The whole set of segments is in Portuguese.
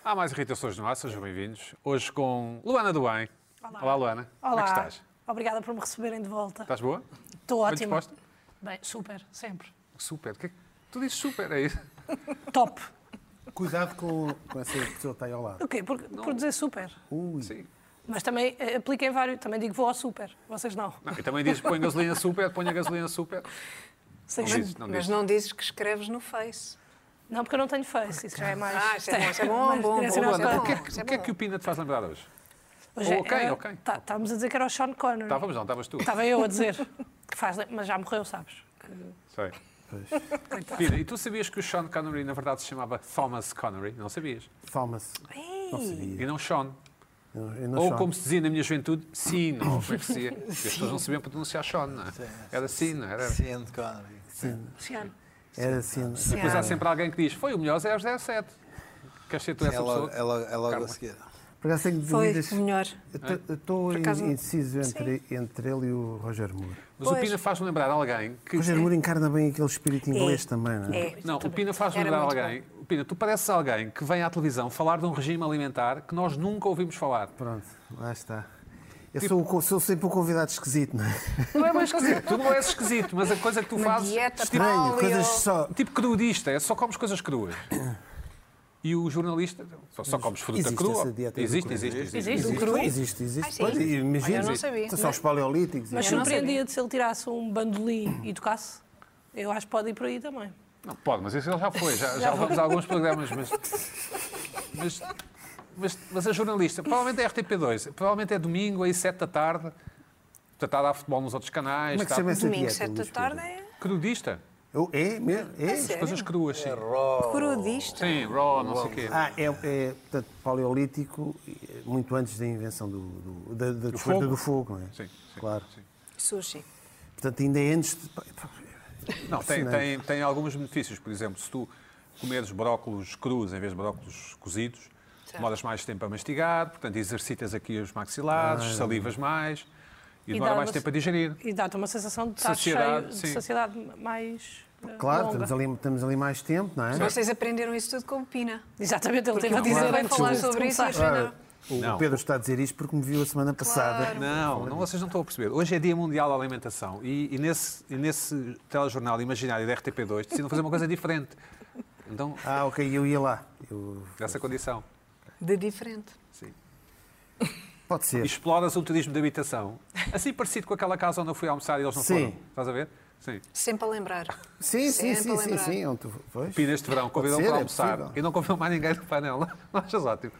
Há mais irritações no ar, sejam bem-vindos. Hoje com Luana do Bem. Olá, Luana. Olá. Como é que estás? Obrigada por me receberem de volta. Estás boa? Estou Bem ótima. disposta? Bem, super, sempre. Super. Tu dizes super, é isso? Top. Cuidado com essa pessoa que está aí ao lado. O quê? Por dizer super. Ui. Sim. Mas também apliquem vários. Também digo vou ao super. Vocês não. Não, e também dizes põe gasolina super, põe a gasolina super. Sei Não que- dizes, não Mas dizes. não dizes que escreves no Face. Não, porque eu não tenho face. Isso já é mais. Ah, isso é bom, mais bom, direcionado bom, para- Luana, bom. o que é que o Pina te faz lembrar hoje? Hoje Ou quem? era- Ou quem? Estávamos a dizer que era o Sean Connery. Estávamos, não, estavas tu. Estava eu a dizer. Que faz, mas já morreu, sabes? Sei. Coitado. Pina, e tu sabias que o Sean Connery na verdade se chamava Thomas Connery? Não sabias? Thomas. Não sabia. E não Sean. Eu não Ou choro. como se dizia na minha juventude, Sim, não, como é que se dizia? As pessoas não sabiam pronunciar Sean, não é? Era Sim, não era? Sean Connery. Sean. Era assim. Depois há sempre alguém que diz, foi o melhor 007. Queres ser tu essa pessoa? É logo Carla. a seguir. Por acaso tenho Foi dúvidas. o melhor. Eu estou acaso- indeciso entre ele e o Roger Moore. Mas o Pois. Pina faz-me lembrar alguém que... O Roger Moore encarna bem aquele espírito inglês É. também, não é? É. Não, o Pina faz-me Era lembrar muito alguém... O Pina, tu pareces alguém que vem à televisão falar de um regime alimentar que nós nunca ouvimos falar. Pronto, lá está. Eu Tipo- sou sempre um convidado esquisito, não é? Não é bem esquisito, tu não és esquisito, mas a coisa que tu Uma fazes... dieta tipo, Estranho, paleo. coisas só. tipo crudista, é só comes coisas cruas. E o jornalista só comes fruta Existe crua. essa dieta do Existe, cru. existe. Existe. cru? Existe. Ah, sim? Pois, imagina. Eu não sabia. São os paleolíticos. Mas Eu não surpreendia-te se ele tirasse um bandolim e tocasse? Eu acho que pode ir por aí também. Não, pode, mas isso ele já foi. Já levamos a alguns programas, mas a jornalista, provavelmente é RTP2, provavelmente é domingo, aí 7 da tarde, portanto, está a dar futebol nos outros canais. Como é que está- se chama essa Domingo, dieta? 7 da Luís tarde, Pedro? é Crudista. É mesmo? É? sério? Coisas cruas, sim. crudista. Sim, raw, não sei o quê. Portanto, paleolítico, muito antes da invenção da descoberta fogo. do fogo, não é? Sim, sim, Claro. sim. Sushi. Portanto, ainda é antes de... Não, Impressionante. tem alguns benefícios. Por exemplo, se tu comeres brócolos crus em vez de brócolos cozidos, demoras mais tempo a mastigar, portanto, exercitas aqui os maxilares, salivas mais e demora mais dá-te- tempo a digerir. E dá-te uma sensação de estar Saciedade, cheio, de sim. saciedade mais Claro, longa. estamos ali mais tempo, não é? Vocês aprenderam isso tudo com o Pina. Exatamente, ele teve a Porque dizer ele vai antes falar de sobre isso e começar. aprenderam. Não. O Pedro está a dizer isto porque me viu a semana passada. Não, vocês não estão a perceber. Hoje é Dia Mundial da Alimentação e nesse telejornal imaginário da RTP2 decidem fazer uma coisa diferente. Então, Ah, ok, eu ia lá. nessa condição. De diferente. Sim. Pode E ser. exploras o turismo de habitação, assim parecido com aquela casa onde eu fui almoçar e eles não Sim. foram. Estás a ver? Sim. Sempre a lembrar. Sim. Sempre a lembrar. Onde tu foste? Pina este verão convidou-me ser, para é almoçar possível. e não convidou mais ninguém do painel. Não achas ótimo?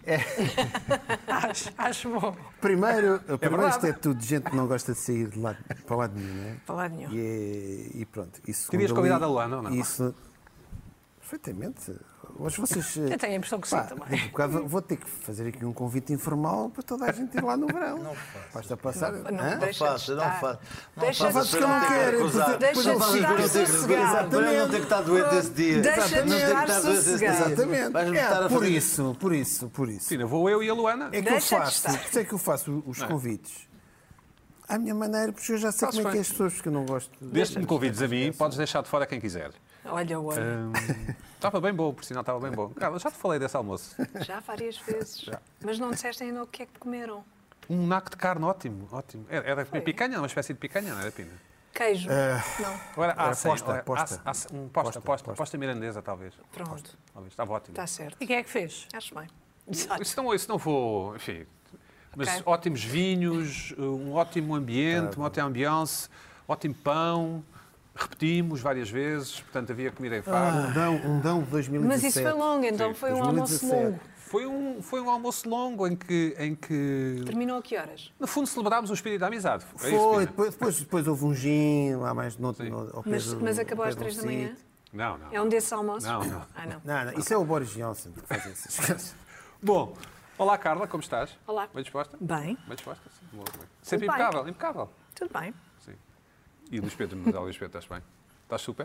Acho bom. Primeiro verdade. isto é tudo gente que não gosta de sair de lado, para lado nenhum, não é? Para lá nenhum. E pronto. Isso, Terias segundo convidado ali, a Luana ou não? Isso... Perfeitamente. Hoje vocês... Eu tenho a impressão que sim Pá, também. daqui a bocado vou ter que fazer aqui um convite informal para toda a gente ir lá no verão. Não Basta passar. Não, Hã? deixa Não de faço, não estar. faço. Deixa Não faças que eu não quero. Deixa Depois de eu estar fico- sossegado. Para eu não ter que estar doente esse dia. Deixa de Não ter que estar estar doente esse dia. sossegado. Exatamente. Vais-me estar a Por fazer- isso. Sim, vou eu e a Luana. É que eu Deixa de faço, estar. por isso é que eu faço os convites. À minha maneira, porque eu já sei Fazes como é que é bem. as pessoas, porque eu não gosto. Desde que me convides a mim, podes deixar de fora quem quiser. Olha, olha. Estava bem bom, por sinal, estava bem bom. Carla, já te falei desse almoço. Já várias vezes. Mas não disseste ainda o que é que comeram. Um naco de carne ótimo, ótimo. Era picanha, uma espécie de picanha, não era, Pina? Queijo. Não. Ou era Era acém, posta, ou era posta. posta mirandesa, talvez. Pronto. Talvez, estava ótimo. Está certo. E quem é que fez? Acho bem. Isso não vou, enfim. Mas Ok. ótimos vinhos, um ótimo ambiente, uma ótima ambiance, ótimo pão. Repetimos várias vezes, portanto havia comida em fardo. Um dão de 2017. Mas isso foi longo, então Sim, foi um almoço 2017. longo. Foi um almoço longo em que Terminou a que horas? no fundo, celebrámos o espírito da amizade. É isso, Foi, Pina? depois houve um gin, lá mais ao Mas acabou às 3 da manhã? Não, não. É um desses almoços? Não, não. Ah, não. Não, isso é o Boris Johnson que faz essas coisas. Bom, olá Carla, como estás? Olá. Bem disposta? Bem, Bem disposta? Sim. Boa, bem. Sempre Tudo bem. impecável, impecável. tudo bem. Sim. E Luís Pedro, Luís Pedro, estás bem? Estás super?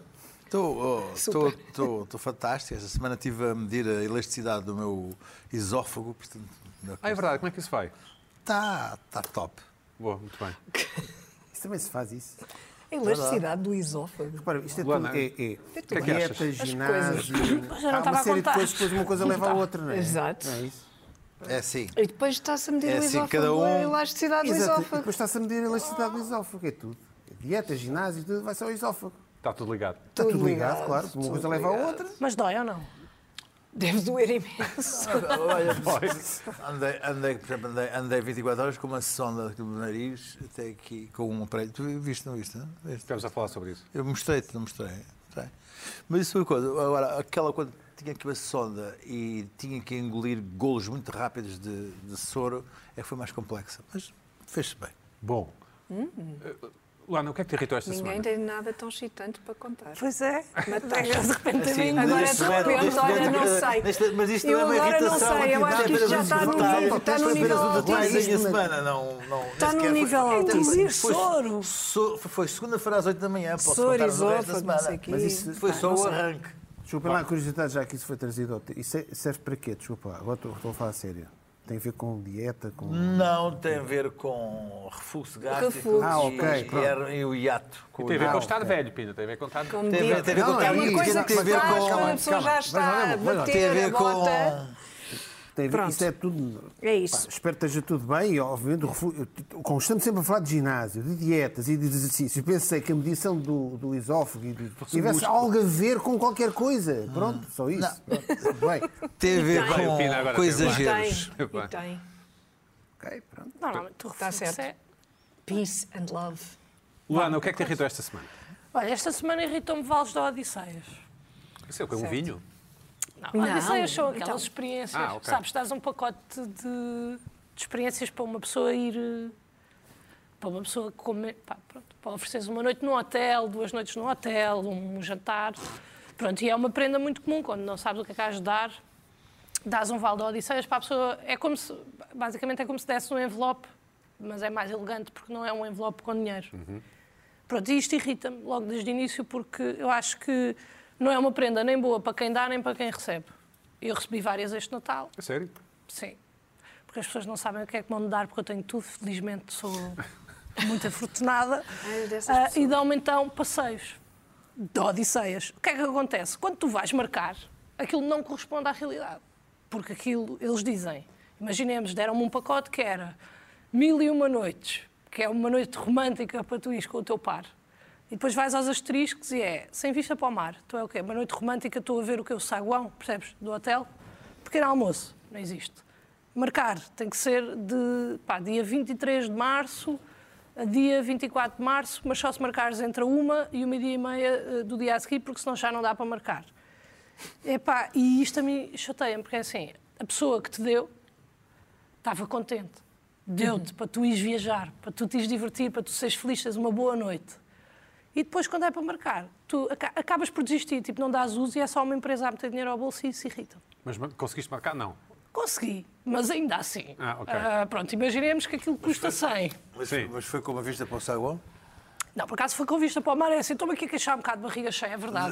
Estou fantástico. Esta semana estive a medir a elasticidade do meu esófago. Portanto, Ah, é verdade, como é que isso vai? Está top. Boa, muito bem. Isso também se faz isso. A elasticidade do esófago. Repara, isto é Luana, tudo. É que é que dieta, achas? ginásio. Mas eu não Há estava uma a série de contar. coisas, depois uma coisa leva à outra, não é? Exato. Não é isso? É assim. E depois está-se a medir É o assim, esófago, cada um- a elasticidade do Exato. E esófago. depois está-se a medir a elasticidade do esófago, é tudo. Dieta, ginásio, tudo vai só ao esófago. Está tudo ligado. Está tudo Tudo ligado, ligado, claro. Uma tudo coisa leva à ligado. outra. Mas dói ou não? Deve doer imenso. Olha, por exemplo, andei 24 horas com uma sonda do nariz até aqui, com um aparelho. Tu viste, não viste? Não? Viste? Estamos a falar sobre isso. Eu mostrei-te, não mostrei. Mostrei. Mas isso foi uma coisa. Agora, aquela quando tinha aqui uma sonda e tinha que engolir golos muito rápidos de soro, é que foi mais complexa. Mas fez-se bem. Bom. Luana, o que é que te irritou esta Ninguém semana? tem nada tão excitante para contar. Pois é. Mataste. De repente Assim, também. Agora neste de momento- repente, neste olha, momento- não sei. mas isto Eu não é uma agora não irritação. sei, eu acho que isto já está no nível. Está no nível altíssimo. altíssimo. semana, Está no nível altíssimo. Engolir soro. Foi segunda-feira às 8 da manhã. Posso Soro, contar o resto da esófago, não sei semana. o quê. Mas isso Foi só o arranque. Desculpa lá a curiosidade, já que isso foi trazido ao tempo. Isso serve para quê? Desculpa lá, agora estou a falar a sério. Tem a ver com dieta, com... Não tem a ver com refluxo gástrico Refluxo. Ah, ok, pronto. e o hiato. E tem a ver com Ah, estar ok. velho, Pina. Tem a ver com estar... Como Tem a ver- digo, tem a ver com Não, é é uma isso, coisa que tem a se ver faz com- quando a pessoa já está a Tem a bater ver a bota. Tem a ver, Pronto. isso é tudo... É isso. Pá, espero que esteja tudo bem e, obviamente, como estamos sempre a falar de ginásio, de dietas e de exercícios, pensei que a medição do esófago tivesse algo a ver com qualquer coisa. Pronto, só isso. Pronto, tudo bem. Tem a ver Bem, o Pina agora com tem exageros. Tem, e tem. Ok, pronto. Normalmente tu Está refluxo certo. é- Peace and love. Luana, o que é que te irritou esta semana? Olha, esta semana irritou-me Vales da Odisseias. Isso é o que? Um Certo. vinho? Não, Não, Odisseias são então. aquelas experiências, Ah, ok. sabes, dás um pacote de experiências para uma pessoa ir, para uma pessoa comer, pá, pronto, para ofereceres uma noite no hotel, 2 noites no hotel, um jantar. Pronto, e é uma prenda muito comum, quando não sabes o que é que has de dar, dás um vale de Odisseias para a pessoa, é como se, basicamente é como se desse um envelope, mas é mais elegante porque não é um envelope com dinheiro. Pronto, e isto irrita-me logo desde o início porque eu acho que não é uma prenda nem boa para quem dá nem para quem recebe. Eu recebi várias este Natal, É sério? sim. Porque as pessoas não sabem o que é que vão me dar, porque eu tenho tudo, felizmente sou muito afortunada. É dessas E dão-me então passeios de Odisseias. O que é que acontece? Quando tu vais marcar, aquilo não corresponde à realidade. Porque aquilo, eles dizem, imaginemos, deram-me um pacote que era 1001 noites, que é uma noite romântica para tu ires com o teu par. E depois vais aos asteriscos e é sem vista para o mar. Então é o quê? Uma noite romântica, estou a ver o que? O saguão, percebes? Do hotel. Pequeno almoço, não existe. Marcar tem que ser de dia 23 de março a dia 24 de março, mas só se marcares entre a 1 e o meio-dia e meia do dia a seguir, porque senão já não dá para marcar. E isto a mim chateia-me, porque é assim, a pessoa que te deu estava contente. Deu-te para tu ires viajar, para tu te ires divertir, para tu seres feliz, teres uma boa noite. E depois, quando é para marcar, tu acabas por desistir, tipo, não dás uso e é só uma empresa a meter dinheiro ao bolso e isso irrita. Mas conseguiste marcar? Não. Consegui, mas ainda assim. Ah, ok. Pronto, imaginemos que aquilo custa 100. Sim. Mas foi com uma vista para o saguão? Não, por acaso foi com vista para o mar, é assim, estou-me aqui a queixar um bocado de barriga cheia, é verdade.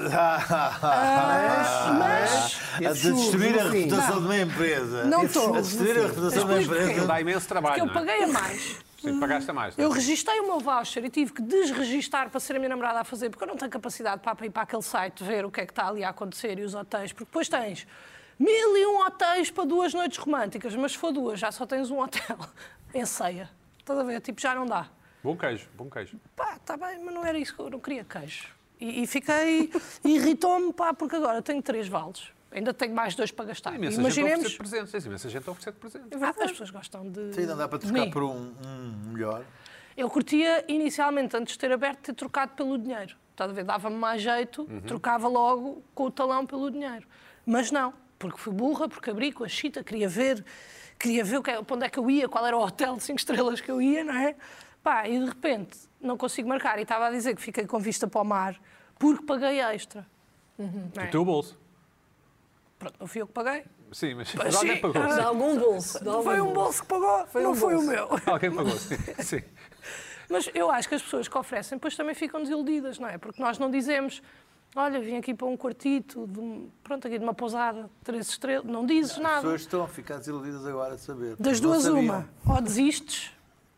Mas A destruir a no fim. reputação de uma empresa. Não estou. A destruir a reputação de uma Mas depois empresa. Dá imenso trabalho, eu não é? paguei a mais. Sim, pagaste a mais. Eu não é? registrei o meu voucher e tive que desregistar para ser a minha namorada a fazer, porque eu não tenho capacidade para ir para aquele site ver o que é que está ali a acontecer e os hotéis, porque depois tens 1001 hotéis para 2 noites românticas, mas se for 2 já só tens um hotel em ceia. Estás a ver? Tipo, já não dá. Bom queijo, bom queijo. Pá, está bem, mas não era isso que eu não queria queijo. E fiquei... irritou-me, pá, porque agora tenho 3 vales. Ainda tenho mais 2 para gastar. Imensa gente a Imaginemos... oferecer presentes. Tens imensa gente a oferecer presentes. As pessoas gostam de... Sim, não dá para de trocar mim. por um melhor. Eu curtia, inicialmente, antes de ter aberto, ter trocado pelo dinheiro. Estás a ver? Dava-me mais jeito, trocava logo com o talão pelo dinheiro. Mas não, porque fui burra, porque abri com a chita, queria ver para onde é que eu ia, qual era o hotel de 5 estrelas que eu ia, não é? Pá, e de repente não consigo marcar. E estava a dizer que fiquei com vista para o mar porque paguei extra. Não é? Do teu bolso. Pronto, não fui eu que paguei. Sim, mas Mas alguém sim, pagou. De algum bolso. de algum Foi um bolso que pagou, não um foi o bolso. meu. Alguém pagou, sim. Sim. Mas eu acho que as pessoas que oferecem depois também ficam desiludidas, não é? Porque nós não dizemos, olha, vim aqui para um quartito, pronto, aqui de uma pousada, 3 estrelas, não dizes As nada. pessoas estão a ficar desiludidas agora de saber. Das Não duas sabiam. uma, ou desistes,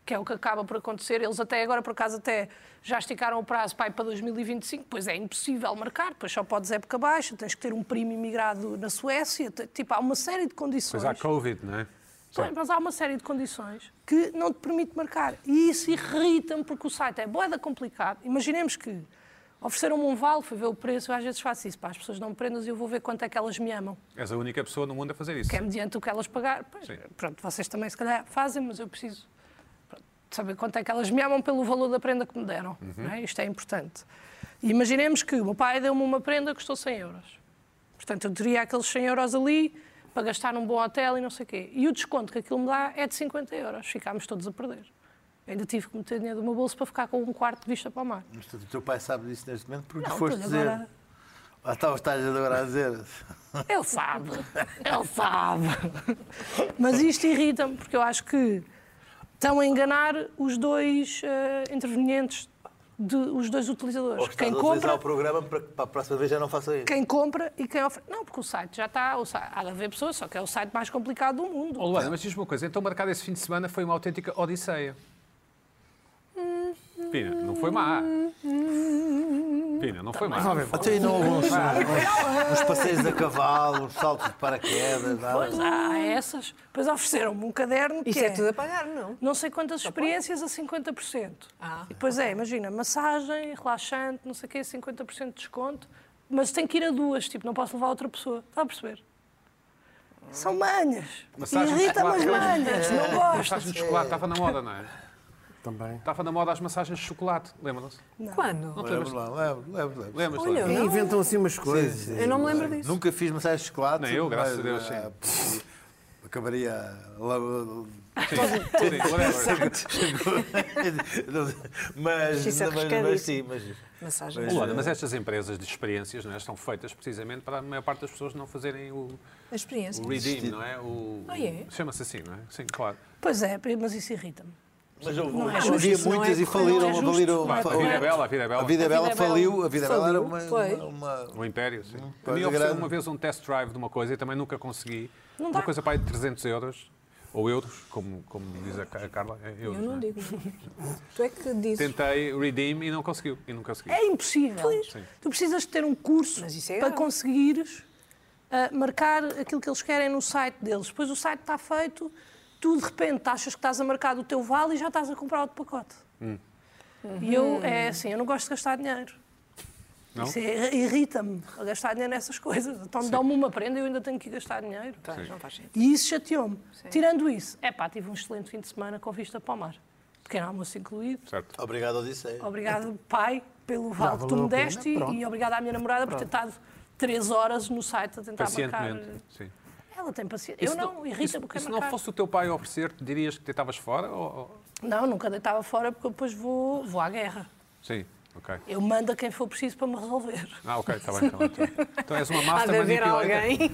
que é o que acaba por acontecer. Eles até agora, por acaso, até já esticaram o prazo para 2025, pois é impossível marcar, pois só podes época baixa, tens que ter um primo imigrado na Suécia, tipo, há uma série de condições. Pois há Covid, não é? Sim, mas há uma série de condições que não te permite marcar. E isso irrita-me, porque o site é bué complicado. Imaginemos que ofereceram-me um vale, fui ver o preço, eu às vezes faço isso, para as pessoas não me prendas e eu vou ver quanto é que elas me amam. És a única pessoa no mundo a fazer isso. Que é mediante o que elas pagar. Pois, pronto, vocês também se calhar fazem, mas eu preciso saber quanto é que elas me amam pelo valor da prenda que me deram. Não é? Isto é importante. E imaginemos que o meu pai deu-me uma prenda que custou 100 euros. Portanto, eu teria aqueles 100 euros ali para gastar num bom hotel e não sei o quê. E o desconto que aquilo me dá é de 50 euros. Ficámos todos a perder. Ainda tive que meter dinheiro do meu bolso para ficar com um quarto de vista para o mar. Mas o teu pai sabe disso neste momento porque Não, foste dizer. agora... Estás agora a dizer. Ele sabe. Mas isto irrita-me, porque eu acho que estão a enganar os dois intervenientes, os dois utilizadores. Ou estás a utilizar o programa para a próxima vez já não faça isso. Quem compra e quem oferece. Não, porque o site já está. Há de haver pessoas, só que é o site mais complicado do mundo. Oh, Luana, mas diz-me uma coisa. Então, marcar esse fim de semana foi uma autêntica odisseia. Pina, não foi má. Pina, não foi má. Até aí não houve uns passeios a cavalo, uns saltos de paraquedas, nada. Pois há essas. Depois ofereceram-me um caderno que Isso é tudo a pagar, não? não sei quantas experiências a 50%. E depois imagina, massagem, relaxante, não sei o quê, 50% de desconto, mas tem que ir a duas, tipo, não posso levar outra pessoa. Está a perceber? São manhas. Irrita-me as manhas, não gosto. Massagem de chocolate, estava na moda, não é? Também. Estava na moda as massagens de chocolate, lembram-se? Quando? Não te lembras? Lembro. Lembras-te? Olha, não. Inventam assim umas coisas. Eu não me lembro disso. Nunca fiz massagem de chocolate. Nem eu, graças mas, a Deus, sim. Acabaria. Mas Isso é sim, arriscadíssimo. mas Massagem. Luana, mas estas empresas de experiências, não é, estão feitas precisamente para a maior parte das pessoas não fazerem o A experiência. redeem, não é? É? Chama-se assim, não é? Sim, claro. Pois é, mas isso irrita-me. Mas Não é havia justo, muitas não é e faliram. correto, não é justo. A vida é bela, a vida é bela. A Vida Bela faliu. A Vida Bela era Faliu, O Império, sim. A mim coisa ofereceu grande. uma vez um test drive de uma coisa e também nunca consegui. Não Uma dá. coisa para aí de 300 euros, ou euros, como diz a Carla, é euros. Eu não é? digo. Tu é que dizes. Tentei redeem e não consegui. É impossível. Sim. Tu precisas de ter um curso Mas isso é para grave. conseguires marcar aquilo que eles querem no site deles. Depois o site está feito, tu de repente achas que estás a marcar o teu vale e já estás a comprar outro pacote. E eu, eu não gosto de gastar dinheiro. Não? Isso irrita-me, a gastar dinheiro nessas coisas. Então dão-me uma prenda e eu ainda tenho que ir gastar dinheiro. Não faz sentido. E isso chateou-me. Tirando isso, tive um excelente fim de semana com vista para o mar. Pequeno almoço incluído. Certo. Obrigado, Odisseia. Obrigado, pai, pelo vale que tu valeu me a pena, deste pronto. e obrigado à minha namorada por ter estado 3 horas no site a tentar marcar. Pacientemente, sim. Ela tem paciência. Eu não, irrita-me porque E se não fosse o teu pai a oferecer-te, dirias que deitavas fora? Não, nunca deitava fora porque eu depois vou à guerra. Sim, ok. Eu mando a quem for preciso para me resolver. Ah, ok, está bem. Então és uma Há de master haver manipulator. alguém.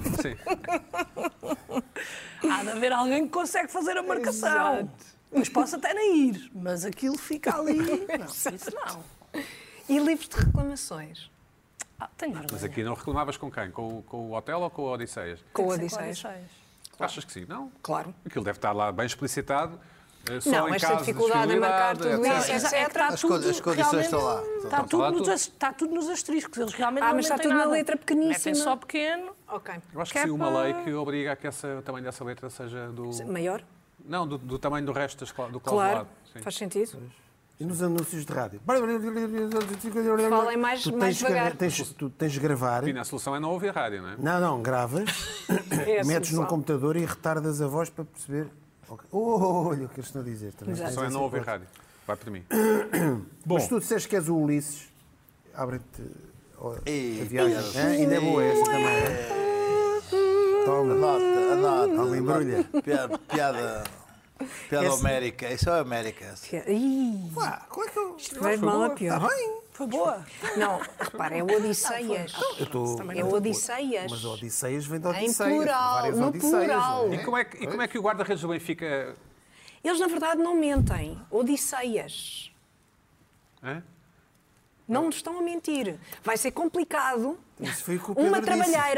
Sim. Há de haver alguém que consegue fazer a marcação. Exato. Mas posso até nem ir, mas aquilo fica ali. Não, isso não. E livros de reclamações? Tenho vergonha. Mas aqui não reclamavas com quem? Com o hotel ou com o Odisseias? Com Tem que ser Odisseias? Achas que sim? Não? Claro. Aquilo deve estar lá bem explicitado. Só Não, em esta caso dificuldade em marcar de tudo etc. isso, É que está As tudo, condições realmente, estão lá. Está tudo nos asteriscos. Eles realmente não Mas está metem tudo na nada. letra pequeníssima. Metem só pequeno. Ok. Eu acho Que que é saiu uma para- lei que obriga a que o tamanho dessa letra seja do... Maior? Não, do tamanho do resto do Claro. clausulado. Sim. Faz sentido. E nos anúncios de rádio? Falem mais devagar. Tu tens de gravar. Pina, a solução é não ouvir rádio, não é? Não, gravas, É a metes no solução. computador e retardas a voz para perceber. Okay. Olha o que eles estão a dizer. Também A Exato. solução é não ouvir rádio. Vai para mim. Mas tu disseste que és o Ulisses, abre-te Ei, a viagem. Ainda é boa essa também. É? Toma, Anota. toma, embrulha. Piada homérica. Isso é América. Ih, Como é que eu... vai de mal a pior. Está bem. Foi boa. Não, repara, é o Odisseias. Eu estou... É o Odisseias. Mas Odisseias vem de Em Odisseias. plural, Várias no Odisseias, plural. não é? E como é que o guarda-redes do Benfica... Eles, na verdade, não mentem. Odisseias. Hã? Não estão a mentir. Vai ser complicado. Isso foi o que o Pedro Uma disse. trabalheira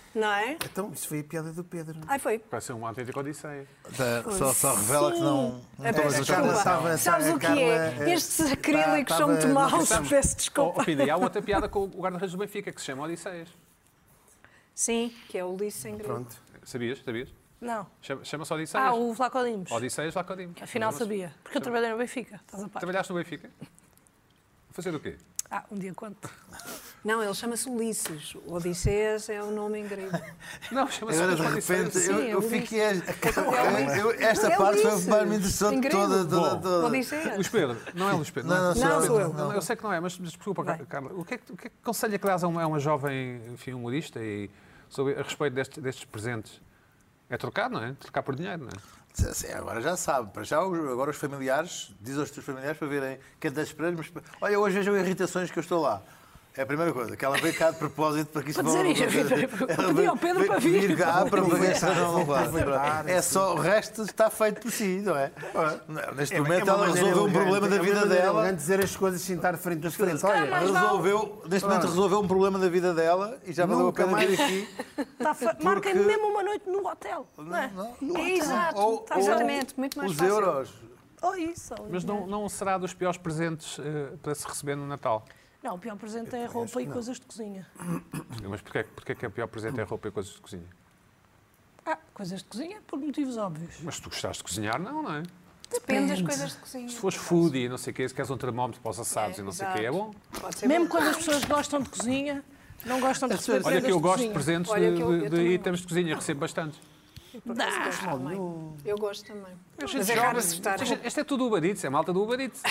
Não é? Então, isso foi a piada do Pedro. Ai, foi. Vai ser um autêntico Odisseia. Só revela que não Peço estamos a desculpa. Sabes o que é? Estes acrílicos são muito maus. Peço desculpa. Pina, e há outra piada com o guarda-redes do Benfica que se chama Odisseias. Sim, que é o Ulisses em grego. Pronto. Sabias? Não. Chama-se Odisseias. O Vlaco Dimos. Odisseias Vlaco Dimos. Afinal sabia. Porque eu trabalhei no Benfica. Estás a par? Trabalhaste no Benfica? A fazer o quê? Um dia conto. Não, ele chama-se Ulisses. O Odisseias é o nome em grego. Não, chama-se Agora, de Odisseias. repente, Sim, eu Ulisses. fiquei... Esta É parte foi Ulisses. mais me interessante Em de grego. toda. Odisseias. Luís Pedro, não é Luís Pedro? Não, Não, sou eu. Eu sei que não é, mas desculpa, Vai. Carla. O que é que conselho é que dás a uma jovem, enfim, humorista e a respeito destes presentes? É trocar, não é? Trocar por dinheiro, não é? Sim, agora já sabe. Para já, agora os familiares, diz aos teus familiares para verem quem te esperando. Olha, hoje vejam irritações que eu estou lá. É a primeira coisa, que ela veio cá de propósito para que isso Para dizer isto, eu pedi ao Pedro para vir. Vir cá para ver se não aproveitar. É só, o resto está feito por si, não é? Neste É momento uma ela maneira resolveu um elegante, problema da é uma vida maneira dela. elegante dizer as coisas sem estar de frente a frente. Olha, Neste momento resolveu um problema da vida dela e já valeu a Nunca pena vir mais. aqui. Marquem mesmo uma noite no hotel. Não é? É exato. Ou- Exatamente, muito mais Os fácil. euros. Ou isso. ou Mas dinheiro. não será dos piores presentes para se receber no Natal? Não, o pior presente é roupa e coisas de cozinha. Mas porquê que o pior presente é roupa e coisas de cozinha? Coisas de cozinha por motivos óbvios. Mas se tu gostares de cozinhar, não é? Depende das coisas de cozinha. Se fores foodie e não sei o quê, se queres um termómetro para os assados e não sei o quê, é bom. Pode ser Mesmo bom. quando as pessoas gostam de cozinha, não gostam de receber Olha prendas que eu de gosto de cozinha. presentes Olha que eu de também itens de cozinha, recebo bastantes. Por acaso gosto também. Eu gosto também. Mas é Jovem. raro acertar. Este é tudo Uber Eats, é malta do Uber Eats.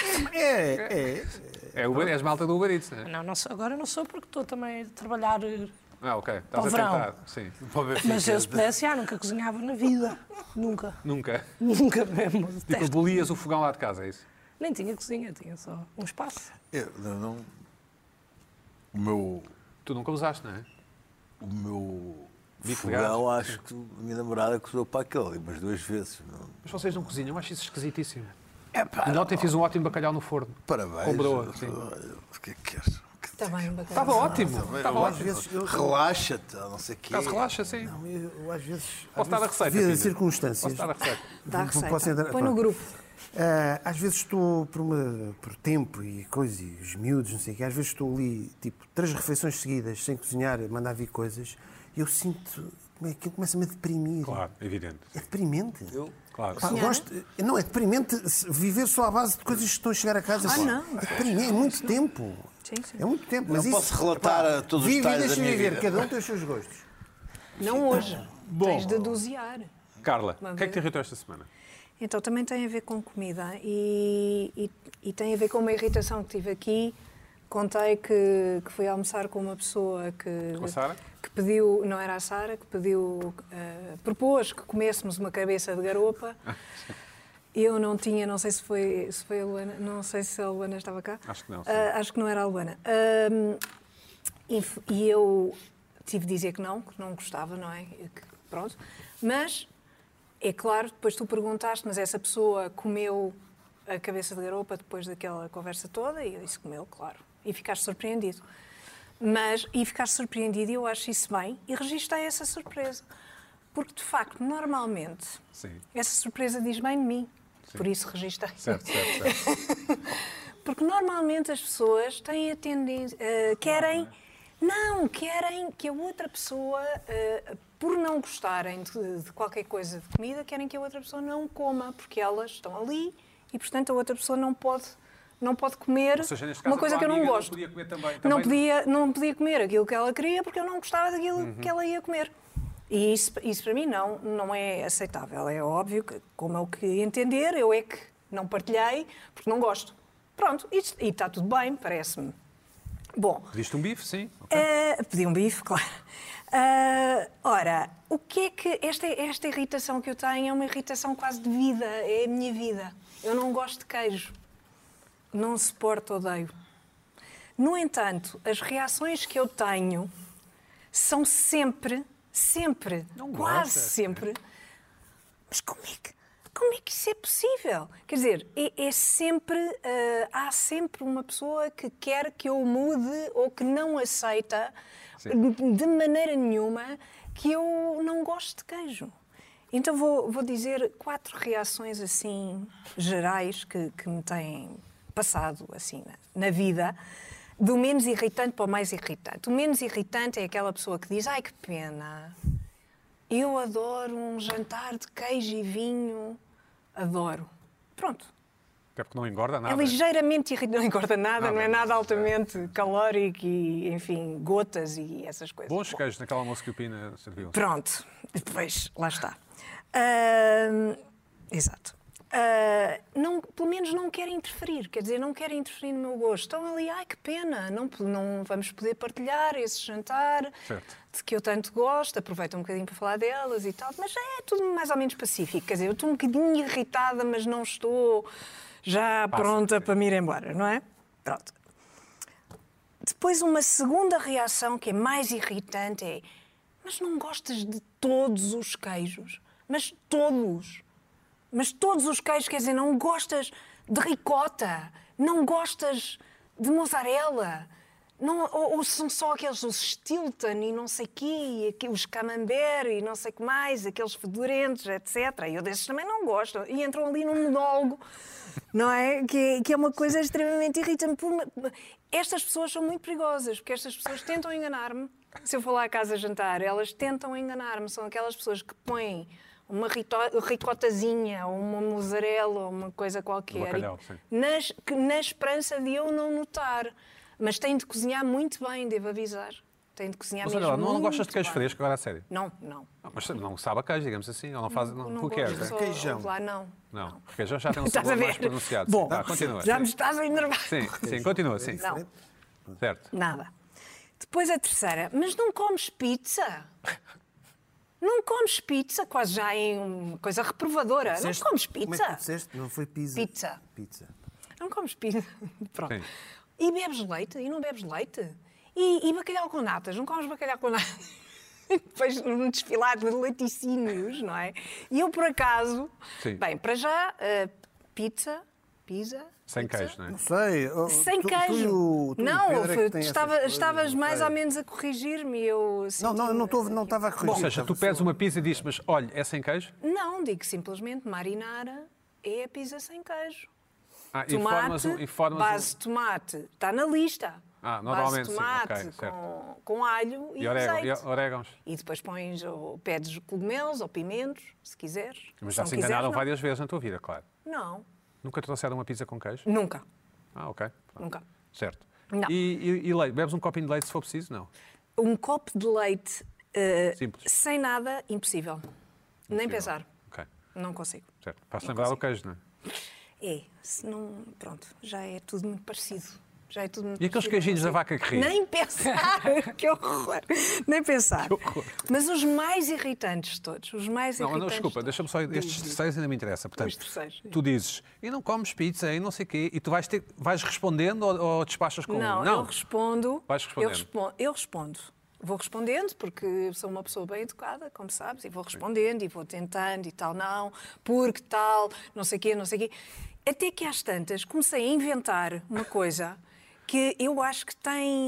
És malta do Uber Eats, não é? Não, agora não sou porque estou também a trabalhar. Ok. Estás Para o a verão. tentar. Sim. Mas eu, se pudesse, nunca cozinhava na vida. Nunca. Nunca. Nunca mesmo. Tipo, Detesto. abolias o fogão lá de casa, é isso? Nem tinha cozinha, tinha só um espaço. O meu Tu nunca usaste, não é? Bico de gás. fogão, acho que a minha namorada cozinhou para aquele, mas 2 vezes. Mas vocês não cozinham, eu acho isso esquisitíssimo. Epá, E ontem fiz um ótimo bacalhau no forno. parabéns. Com broa, sim. O que é que queres? Está bem, bacana. Estava ótimo. Estava Às ótimo. vezes eu, Relaxa-te, não sei o quê. Caso relaxa, sim. eu às vezes. Posso dar a receita, Devido a Pina? circunstâncias. Posso dar a receita? Dá a Posso receita. entrar- Põe no pronto. grupo. Às vezes estou por tempo e coisas, e os miúdos, não sei o quê, às vezes estou ali, tipo, 3 refeições seguidas, sem cozinhar, mandar vir coisas, e eu sinto, como é que começa-me a deprimir. Claro, evidente. É deprimente. Claro. Pá, não, é deprimente viver só à base de coisas que estão a chegar a casa. não. É deprimente, é muito tempo. Sim, sim. É muito tempo. Mas Não isso, posso relatar a todos os vive e detalhes da deixa minha viver, vida. cada um tem os seus gostos. Não hoje. Tens de dosear. Carla, Uma o que é que te vez. irritou esta semana? Então também tem a ver com comida e tem a ver com uma irritação que tive aqui. Contei que fui almoçar com uma pessoa Com a Sara? que pediu, não era a Sara, que pediu, propôs que comêssemos uma cabeça de garopa. Eu não tinha, não sei se foi a Luana, não sei se a Luana estava cá. Acho que não, sim. Acho que não era a Luana. E eu tive de dizer que não gostava, não é? Pronto. Mas, é claro, depois tu perguntaste, mas essa pessoa comeu a cabeça de garopa depois daquela conversa toda? E eu disse, comeu, claro. E ficaste surpreendido. E ficaste surpreendido e eu acho isso bem e registrei essa surpresa. Porque, de facto, normalmente, Sim. essa surpresa diz bem de mim. Por isso registrei. Certo. Porque normalmente as pessoas têm a tendência. Querem que a outra pessoa, por não gostarem de qualquer coisa de comida, querem que a outra pessoa não coma, porque elas estão ali e, portanto, a outra pessoa não pode comer Ou seja, neste caso, uma coisa a que eu tua não amiga gosto. não podia comer também. Não podia comer aquilo que ela queria porque eu não gostava daquilo que ela ia comer. E isso para mim não é aceitável. É óbvio que, como é o que entender, eu é que não partilhei porque não gosto. Pronto, e está tudo bem, parece-me. Bom, Pediste um bife, sim. Ok. pedi um bife, claro. Ora, o que é que esta irritação que eu tenho é uma irritação quase de vida, é a minha vida. Eu não gosto de queijo. Não suporto, odeio. No entanto, as reações que eu tenho são sempre, Não quase gosta? sempre. Mas como é que isso é possível? Quer dizer, há sempre uma pessoa que quer que eu mude ou que não aceita de maneira nenhuma que eu não gosto de queijo. Então vou dizer 4 reações assim gerais que me têm passado assim na vida, do menos irritante para o mais irritante. O menos irritante é aquela pessoa que diz: ai, que pena, eu adoro um jantar de queijo e vinho, adoro. Pronto. Até porque não engorda nada. É ligeiramente irritante, não engorda nada, não é nada altamente calórico e, enfim, gotas e essas coisas. Bons queijos naquela almoço que o Pina serviu. Pronto, depois, lá está. Exato. Pelo menos não querem interferir, quer dizer, não querem interferir no meu gosto. Estão ali, ai, que pena, não vamos poder partilhar esse jantar de que eu tanto gosto, aproveito um bocadinho para falar delas e tal, mas é tudo mais ou menos pacífico. Quer dizer, eu estou um bocadinho irritada, mas não estou já pronta para me ir embora, não é? Pronto. Depois, uma segunda reação que é mais irritante é: mas não gostas de todos os queijos? Mas todos. Mas todos os queijos, quer dizer, não gostas de ricota, não gostas de mozzarella, ou são só aqueles, os Stilton e não sei quê, e os camembert e não sei o que mais, aqueles fedorentos, etc. E eu desses também não gosto. E entram ali num monólogo, não é? Que é uma coisa extremamente irritante. Estas pessoas são muito perigosas, porque estas pessoas tentam enganar-me. Se eu for lá à casa jantar, elas tentam enganar-me. São aquelas pessoas que põem uma ricotazinha, ou uma mozzarella, ou uma coisa qualquer, bacalhau, na esperança de eu não notar. Mas têm de cozinhar muito bem, devo avisar. Têm de cozinhar Mas mesmo olha, não muito gostas de queijo bem. fresco, agora a sério? Não. Mas não sabe a queijo, digamos assim. Ou não faz. Não quer. gosto, Queijão. Lá não. Não, porque já tem um Estás a sabor ver? mais pronunciado. Bom, continua. já me estás a enervar. Sim, continua, sim. Não, Certo. nada. Depois a terceira, mas não comes pizza? Não comes pizza? Quase já em uma coisa reprovadora. Não comes Como é que pizza? disseste? Não foi pizza. Pizza. Não comes pizza. Pronto. Sim. E bebes leite? E não bebes leite? E bacalhau com natas? Não comes bacalhau com natas? E depois um desfilar de laticínios, não é? E eu, por acaso... Sim. Bem, para já, pizza... Sem pizza. queijo, não é? Não sei. Sem queijo. Não, estavas estavas mais ou menos a corrigir-me. Não estava a corrigir. Ou seja, tu pedes uma pizza e dizes, mas olha, é sem queijo? Não, digo simplesmente marinara é a pizza sem queijo. E formas base de tomate, está na lista. Normalmente base de tomate sim, ok, certo. com alho e azeite. Orégãos. E depois pões, ou pedes cogumelos ou pimentos, se quiseres. Mas já se enganaram várias vezes na tua vida, claro. Não. Nunca te trouxeram uma pizza com queijo? Nunca. Ok. Pronto. Nunca. Certo. Não. E leite? Bebes um copinho de leite se for preciso? Não. Um copo de leite Simples. sem nada, impossível. Nem pensar. Ok. Não consigo. Certo. Faz-te lembrar o queijo, não é? Se não... Pronto, já é tudo muito parecido. Já é tudo muito E aqueles parecido, queijinhos da não vaca que ri? Nem pensar! Que horror! Nem pensar. Que horror. Mas os mais irritantes de todos, os mais irritantes... Não, desculpa, deixa-me só... Estes terceiros ainda me interessam. Portanto, Os terceiros. tu dizes, e não comes pizza, e não sei o quê, e tu vais respondendo ou despachas com... Não, eu respondo... Vais respondendo? Eu respondo. Vou respondendo, porque sou uma pessoa bem educada, como sabes, e vou respondendo, e vou tentando, e tal, não, porque tal, não sei o quê, não sei o quê. Até que às tantas comecei a inventar uma coisa que eu acho que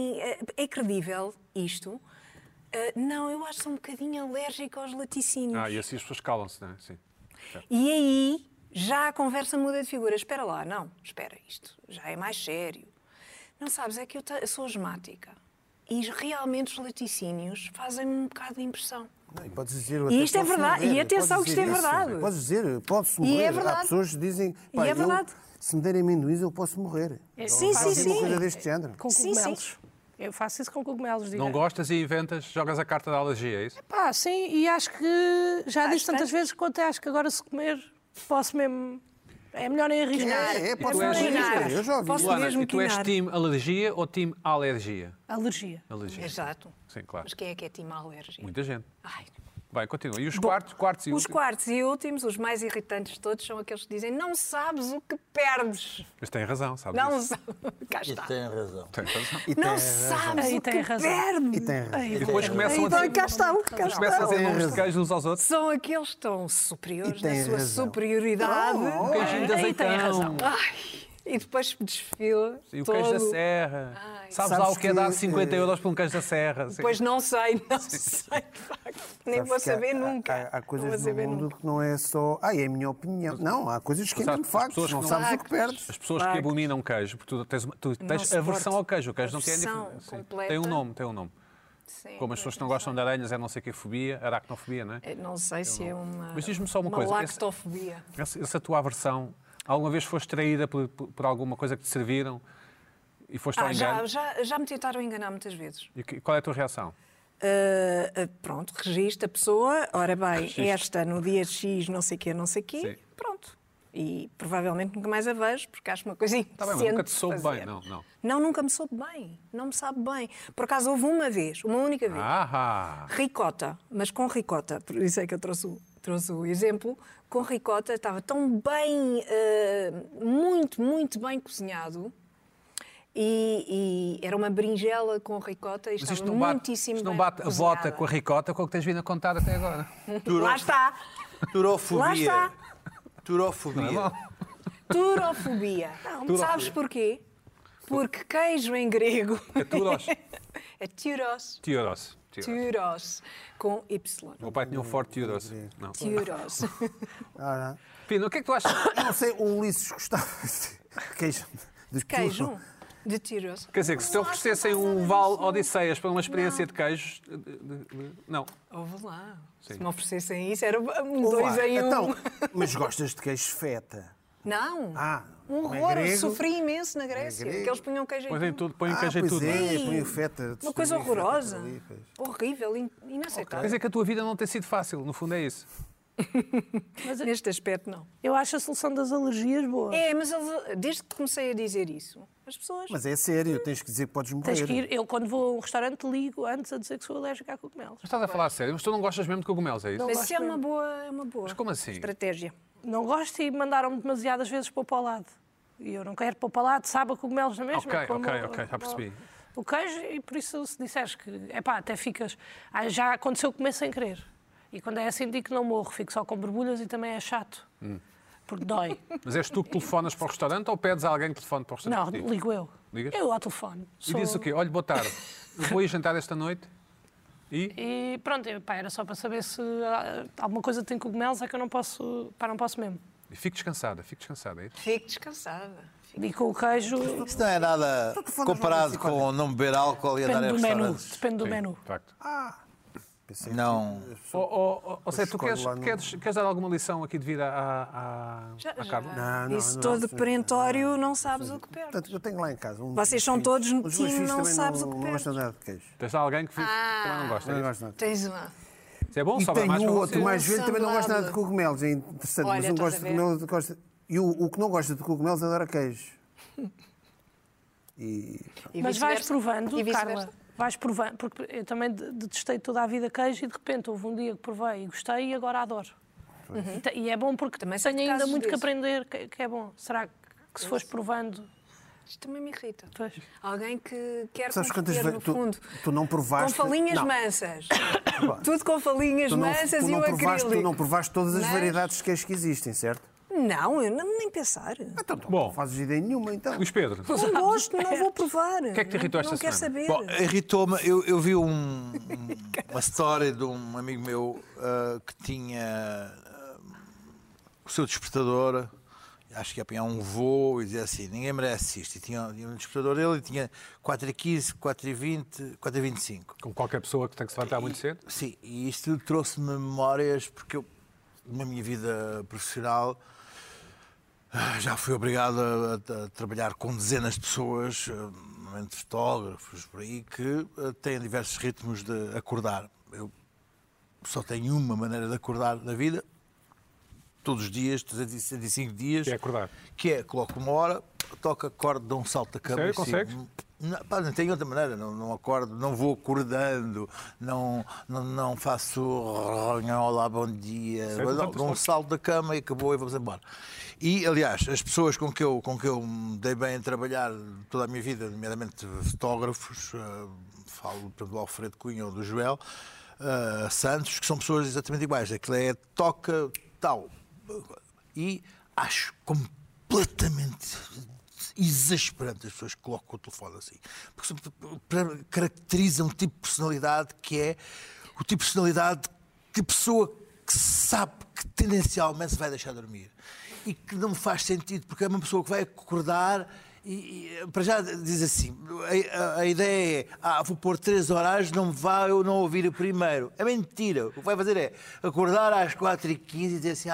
é credível, isto. Não, eu acho que sou um bocadinho alérgica aos laticínios. E assim as pessoas calam-se, não é? Sim. E aí já a conversa muda de figura. Espera lá, não, espera, isto já é mais sério. Não sabes, é que eu sou asmática. E realmente os laticínios fazem-me um bocado de impressão. E podes dizer, e isto é verdade. E atenção que isto é verdade. Podes dizer, podes morrer. E é verdade. Há pessoas que dizem, E é verdade. se me derem amendoins eu posso morrer. Sim. Uma coisa deste género. Com cogumelos. Eu faço isso com cogumelos. Direto. Não gostas e inventas, jogas a carta da alergia, é isso? Sim, e acho que já disse tantas vezes quanto acho que agora se comer posso mesmo... É melhor nem arriscar. Posso melhor arriscar. nem Eu já ouvi. Posso Luana, mesmo e tu és quinar. time alergia ou time alergia? Alergia. Alergia. Exato. Sim, claro. Mas quem é time alérgico? Muita gente. Ai. Vai, continua. E os quartos e Os últimos? quartos e últimos, os mais irritantes de todos, são aqueles que dizem não sabes o que perdes. Mas tem razão, sabes Não isso? sabes. Cá E está. tem razão. Tem razão. E tem Não razão. sabes Aí o tem que razão. perdes. E tem razão. E depois começam Então, cá estão, cá começam a estão. fazer nomes de queijo uns aos outros. São aqueles que estão superiores E tem na sua razão. superioridade. Um queijinho de Aí tem azeitão. razão. Ai, E depois desfila. E o todo. queijo da Serra. Sabes lá o que é dar 50 euros por um queijo da Serra? Pois não sei, de facto. Nem vou saber nunca. Há coisas no mundo que não é só... é a minha opinião. Não, há coisas que é de facto. Não sabes o que perdes. As pessoas que abominam queijo, porque tu tens aversão ao queijo. O queijo não tem tem um nome. Sim, como as pessoas que não gostam de aranhas, é não sei o que, fobia, aracnofobia, não é? Não sei se é uma... Mas diz-me só uma coisa. lactofobia. Essa tua aversão, alguma vez foste traída por alguma coisa que te serviram e foste ao engano? Já me tentaram enganar muitas vezes. E qual é a tua reação? Pronto, registro a pessoa. Ora bem, esta no dia X, não sei o quê, Sim. pronto. E provavelmente nunca mais a vejo, porque acho uma coisa Está bem, mas nunca te soube bem, não? Não, nunca me soube bem. Não me sabe bem. Por acaso houve uma única vez. Ricota, mas com ricota. Por isso é que eu trouxe o exemplo. Com ricota estava tão bem, muito, muito bem cozinhado. E era uma berinjela com ricota e mas estava muitíssimo bem não bate cozinhada. a bota com a ricota com o que tens vindo a contar até agora. Lá está. Turofobia. Lá está. Turofobia. Turofobia. Não, sabes porquê? Porque queijo em grego É turos. é tyros. Tyros. Com Y. O meu pai tinha um forte tyros. Não. Tyros. Pina, o que é que tu achas? Eu não sei, o Ulisses gostava de queijo. De Queijo de Tyros. Quer dizer, que se te oferecessem um Val Odisseias para uma experiência de queijos... Não. Ouve lá. Sim. Se me oferecessem isso, era Ouve lá, 2 em 1. então, mas gostas de queijo feta? Não. Não é horror. grego? Sofri imenso na Grécia. grego? Que eles punham queijo em tudo. Põem queijo em pois tudo. põe feta. Uma coisa horrorosa. Ali, pois. Horrível, Quer inaceitável. dizer que a tua vida não tem sido fácil, no fundo é isso. Neste aspecto, não. Eu acho a solução das alergias boa. Mas desde que comecei a dizer isso, as pessoas... Mas é sério, tens que dizer que podes morrer. Tens que ir. Eu, quando vou a um restaurante, ligo antes a dizer que sou alérgica a cogumelos. Mas estás a falar a sério, mas tu não gostas mesmo de cogumelos, é isso? Mas gosto isso é uma mesmo. boa Mas como assim? estratégia. Não gosto e mandaram-me demasiadas vezes para o lado. E eu não quero para o lado, sabe a cogumelos na mesma. Ok, já percebi. O queijo, e por isso se disseres que, até ficas... já aconteceu comer sem querer. E quando é assim, digo que não morro, fico só com borbulhas e também é chato. Porque dói. Mas és tu que telefonas para o restaurante ou pedes a alguém que telefone para o Não, restaurante? ligo eu. Ligas? Eu ao telefone. E dizes o quê? Olha, boa tarde, vou ir jantar esta noite e... E pronto, era só para saber se alguma coisa tem cogumelos, é que eu não posso mesmo. E fico descansada, é isso? Fico descansada. E com o queijo, Isso não é nada comparado com não beber álcool e andar depende em do menu. restaurantes. Depende do Sim, menu. de facto. Pensei Não. Ou seja, tu escolhe lá no- queres dar alguma lição aqui de vida à Carla? Isso todo perentório, não sabes o que perdes. Portanto, eu tenho lá em casa. Vocês são todos Os meus time, filhos não também sabes o que não perdes. gostam nada de queijo. Tens lá alguém que também não gosta, é Não isso? gosto nada. Tens uma. Isso é bom, E sobra mais tenho para outro vocês. mais velho também não gosta nada de Salgado. cogumelos. É interessante, Olha, mas não estás gosta a de ver? cogumelos. E o que não gosta de cogumelos adora queijo. E Mas vais vice-versa. provando, E vice-versa. Carla. Vais provando, porque eu também detestei toda a vida queijo e de repente houve um dia que provei e gostei e agora adoro. E é bom porque Também tenho são ainda casos muito que desses. aprender que é bom. Será que se fores provando... Isto também me irrita. Pois. Alguém que quer sabes quantas competir, vezes no fundo. tu não Com provaste... falinhas não. mansas. Tudo com falinhas mansas e o provaste, acrílico. tu não provaste todas as Mas- variedades de queijo que existem, certo? Não, eu nem pensar. Então Bom. não fazes ideia nenhuma, então. Luís Pedro, Não gosto, não vou provar. O que é que te irritou esta Não quero semana? saber. Bom, irritou-me. Eu vi uma história de um amigo meu que tinha o seu despertador, acho que ia apanhar um voo e dizia assim: ninguém merece isto. E tinha um despertador dele e tinha 4h15, 4h20, 4h25. como qualquer pessoa que tem que se levantar muito cedo, Sim, e isto trouxe-me memórias porque eu, na minha vida profissional, já fui obrigado a trabalhar com dezenas de pessoas, normalmente fotógrafos, por aí, que têm diversos ritmos de acordar. Eu só tenho uma maneira de acordar na vida, todos os dias, 365 dias, que é acordar. que é, coloco uma hora, toco, acordo, dou um salto da cama. Sério? e sigo. Consegues? Não, pá, não tenho outra maneira, não acordo, não vou acordando, não faço olá, bom dia, Sério? não, dou um salto da cama e acabou e vamos embora. E, aliás, as pessoas com que eu me dei bem em trabalhar toda a minha vida, nomeadamente fotógrafos, falo, por exemplo, do Alfredo Cunha ou do Joel Santos, que são pessoas exatamente iguais. Aquilo é toca, tal. E acho completamente exasperante as pessoas que colocam o telefone assim. Porque caracterizam um tipo de personalidade que é o tipo de personalidade de pessoa que sabe que tendencialmente se vai deixar dormir. E que não faz sentido, porque é uma pessoa que vai acordar e para já diz assim, a ideia é, vou pôr 3 horários, não eu não ouvir o primeiro. É mentira. O que vai fazer é acordar às 4h15 e dizer assim,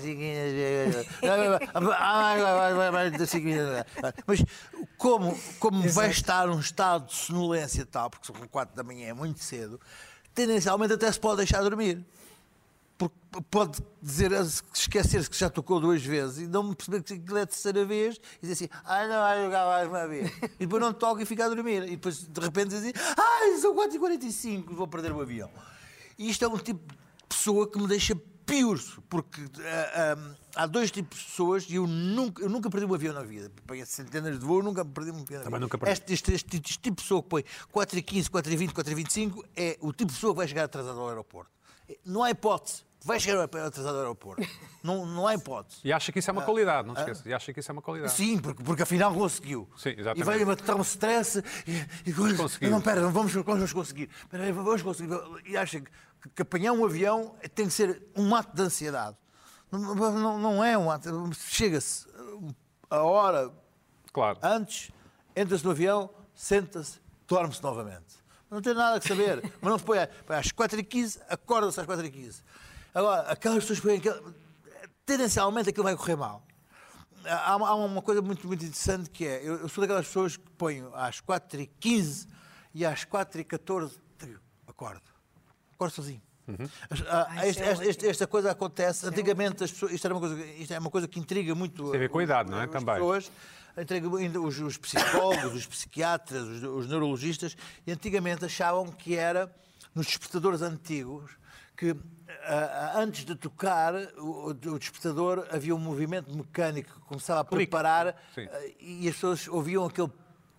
mas como vai estar num estado de sonolência tal, porque são 4 da manhã, é muito cedo, tendencialmente até se pode deixar dormir. Porque pode dizer, esquecer-se que já tocou 2 vezes e não perceber que aquilo é a 3ª vez e dizer assim, não vai jogar mais uma vez. E depois não toca e fica a dormir. E depois de repente diz assim, são 4h45, vou perder o avião. E isto é um tipo de pessoa que me deixa piurso, porque há 2 tipos de pessoas e eu nunca perdi um avião na vida. Paguei centenas de voos, nunca perdi um avião na vida. Este tipo de pessoa que põe 4h15, 4h20, 4h25 é o tipo de pessoa que vai chegar atrasado ao aeroporto. Não há hipótese. Vai chegar atrasado ao aeroporto. Não há hipótese. E acha que isso é uma qualidade, não te esqueças. E acha que isso é uma qualidade. Sim, porque afinal conseguiu. Sim, exatamente. E vai matar um stress e conseguiu. Não, vamos conseguir. Vamos conseguir. E acha que apanhar um avião tem que ser um ato de ansiedade. Não é um ato. Chega-se a hora antes, entra-se no avião, senta-se, dorme-se novamente. Não tem nada a saber. Mas não se põe às 4h15, acorda-se às 4h15. Agora, aquelas pessoas que põem... Tendencialmente aquilo vai correr mal. Há uma coisa muito, muito interessante que é... Eu sou daquelas pessoas que ponho às 4h15 e às 4h14 acordo. Acordo sozinho. Esta coisa acontece. Antigamente as pessoas... Isto é uma coisa que intriga muito... Tem a ver com a idade, não é? Também. Pessoas. Os psicólogos, os psiquiatras, os neurologistas, e antigamente achavam que era, nos despertadores antigos, que antes de tocar o despertador havia um movimento mecânico que começava a preparar e as pessoas ouviam aquele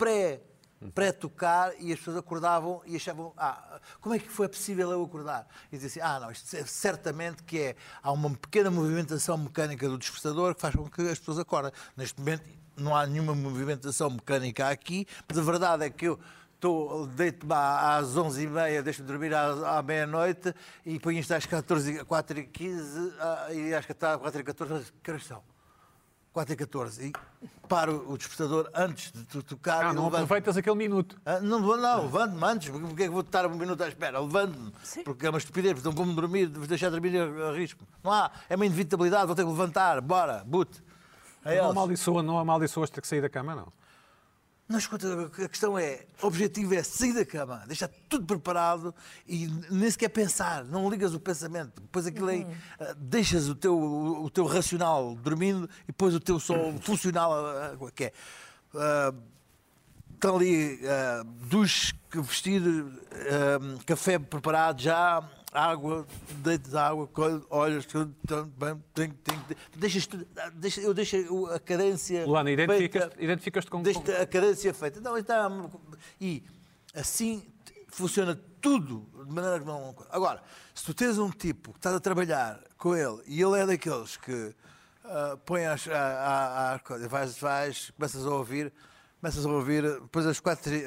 pré-tocar e as pessoas acordavam e achavam, como é que foi possível eu acordar? E diziam assim, não, isto é certamente que há uma pequena movimentação mecânica do despertador que faz com que as pessoas acordem. Neste momento não há nenhuma movimentação mecânica aqui, mas a verdade é que eu deito-me às 11h30, deixo-me dormir à meia-noite e ponho isto às 4h15 e às 4h14, que horas são? 4h14 e paro o despertador antes de tocar. Não aproveitas aquele minuto. Não, levanto-me antes, porque é que vou estar um minuto à espera? Levanto-me, porque é uma estupidez, porque não vou-me dormir, deixar de dormir a risco. Não há, é uma inevitabilidade, vou ter que levantar, bora, boot. Não amaldiçoas ter que sair da cama, não. Não, escuta, a questão é, o objetivo é sair da cama, deixar tudo preparado e nem sequer pensar, não ligas o pensamento, depois aquilo aí, deixas o teu racional dormindo e depois o teu só funcional, que é, estão ali, duche, vestido, café preparado já, água, deitas água, olhas, eu deixo a cadência. Luana, identificas-te com... Deixo a cadência feita. Não, e assim funciona tudo de maneira que não... Agora, se tu tens um tipo que estás a trabalhar com ele e ele é daqueles que põe começas a ouvir, depois às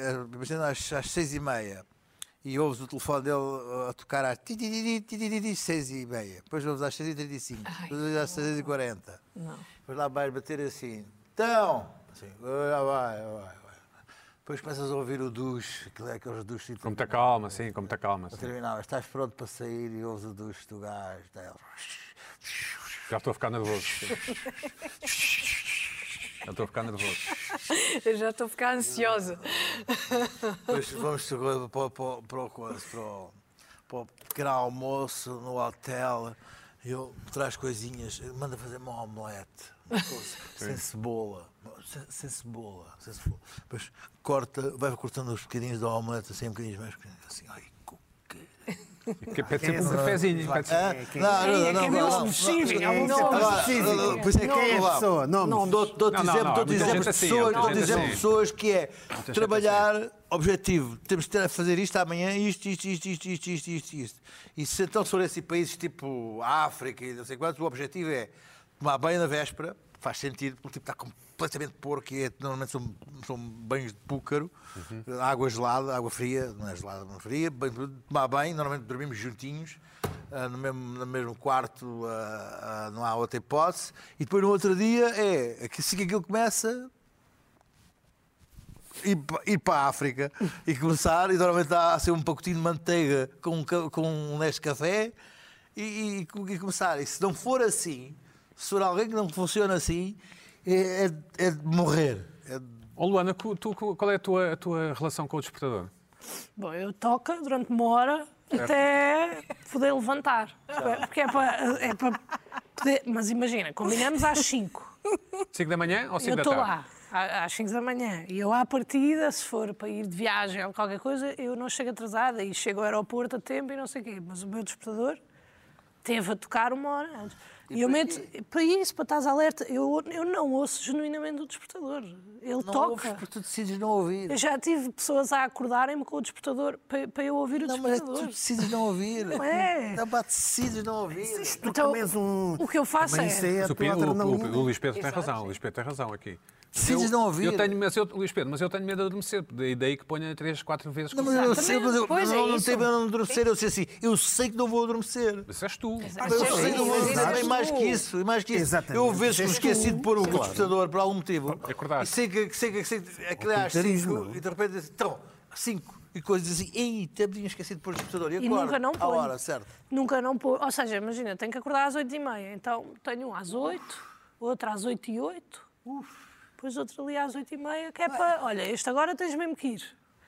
6h30, e ouves o telefone dele a tocar às 6h30. Depois ouves às 6h35. Depois às 6h40. Depois lá vais bater assim. Então, assim, vai. Depois começas a ouvir o duche, aqueles duches... Com muita calma, sim, com muita calma. Terminava, estás pronto para sair e ouves o duche do gajo. Já estou a ficar nervoso. Já estou a ficar nervoso. Eu já estou a ficar ansiosa. Depois vamos para o pequeno almoço no hotel. Ele traz coisinhas, manda fazer uma omelete. Sem cebola. Sem cebola. Depois vai cortando os bocadinhos da omelete, assim, um bocadinho mais pequenos. Assim, ai, que pede sempre um cafezinho. Não. Pois é, quem é a pessoa? Estou a dizer pessoas que é trabalhar, objetivo, temos de fazer isto amanhã, isto. E se for esses países tipo África e não sei quantos, o objetivo é tomar banho na véspera, faz sentido, porque o tipo está completamente porco e normalmente são banhos de púcaro, água gelada, água fria, não é gelada, não é fria, tomar banho, normalmente dormimos juntinhos, no mesmo quarto, não há outra hipótese, e depois no outro dia assim que aquilo começa, ir para a África e começar, e normalmente há a ser um pacotinho de manteiga com um Nescafé e começar. E se não for assim, se for alguém que não funciona assim, é de morrer. Luana, qual é a tua relação com o despertador? Bom, eu toco durante uma hora até poder levantar. Porque é para poder... Mas imagina, combinamos às 5. 5 da manhã ou 5 Eu da estou tarde? lá às 5 da manhã e eu à partida, se for para ir de viagem ou qualquer coisa, eu não chego atrasada e chego ao aeroporto a tempo e não sei o quê. Mas o meu despertador teve a tocar uma hora antes. E eu meto para isso, para estás alerta. Eu não ouço genuinamente o despertador. Ele Não toca. ouves porque tu decides não ouvir. Eu já tive pessoas a acordarem-me com o despertador para eu ouvir o Não, mas despertador. tu decides não ouvir. Não é? Não, decides não ouvir. Tu Então, também és um... o que eu faço também é... isso é a Mas tua adrenalina. o Luís Pedro tem Exato, razão. sim. O Luís Pedro tem razão aqui. Decides não ouvir. Luís Pedro, mas eu tenho medo de adormecer. Daí que ponha 3, 4 vezes. Não, mas eu sei, mas eu Pois é não isso. tenho medo de adormecer. Eu sei assim, eu sei que não vou adormecer. Mas és tu. Eu sei que não vou adormecer. E mais que isso. Exatamente. Eu vejo que me esqueci de pôr o Claro. despertador por algum motivo. Acordaste. E sei que aquilo é às 5 Autoritarismo. e de repente diz, então, 5. E coisas assim, ei, até tinha esquecido de pôr o despertador. E E acordo nunca não à ponho. hora, certo? Nunca não ponho. Ou seja, imagina, tenho que acordar às 8h30. Então tenho um às 8, outro às 8h08, depois outro ali às 8h30, que é para... Olha, este agora tens mesmo que ir.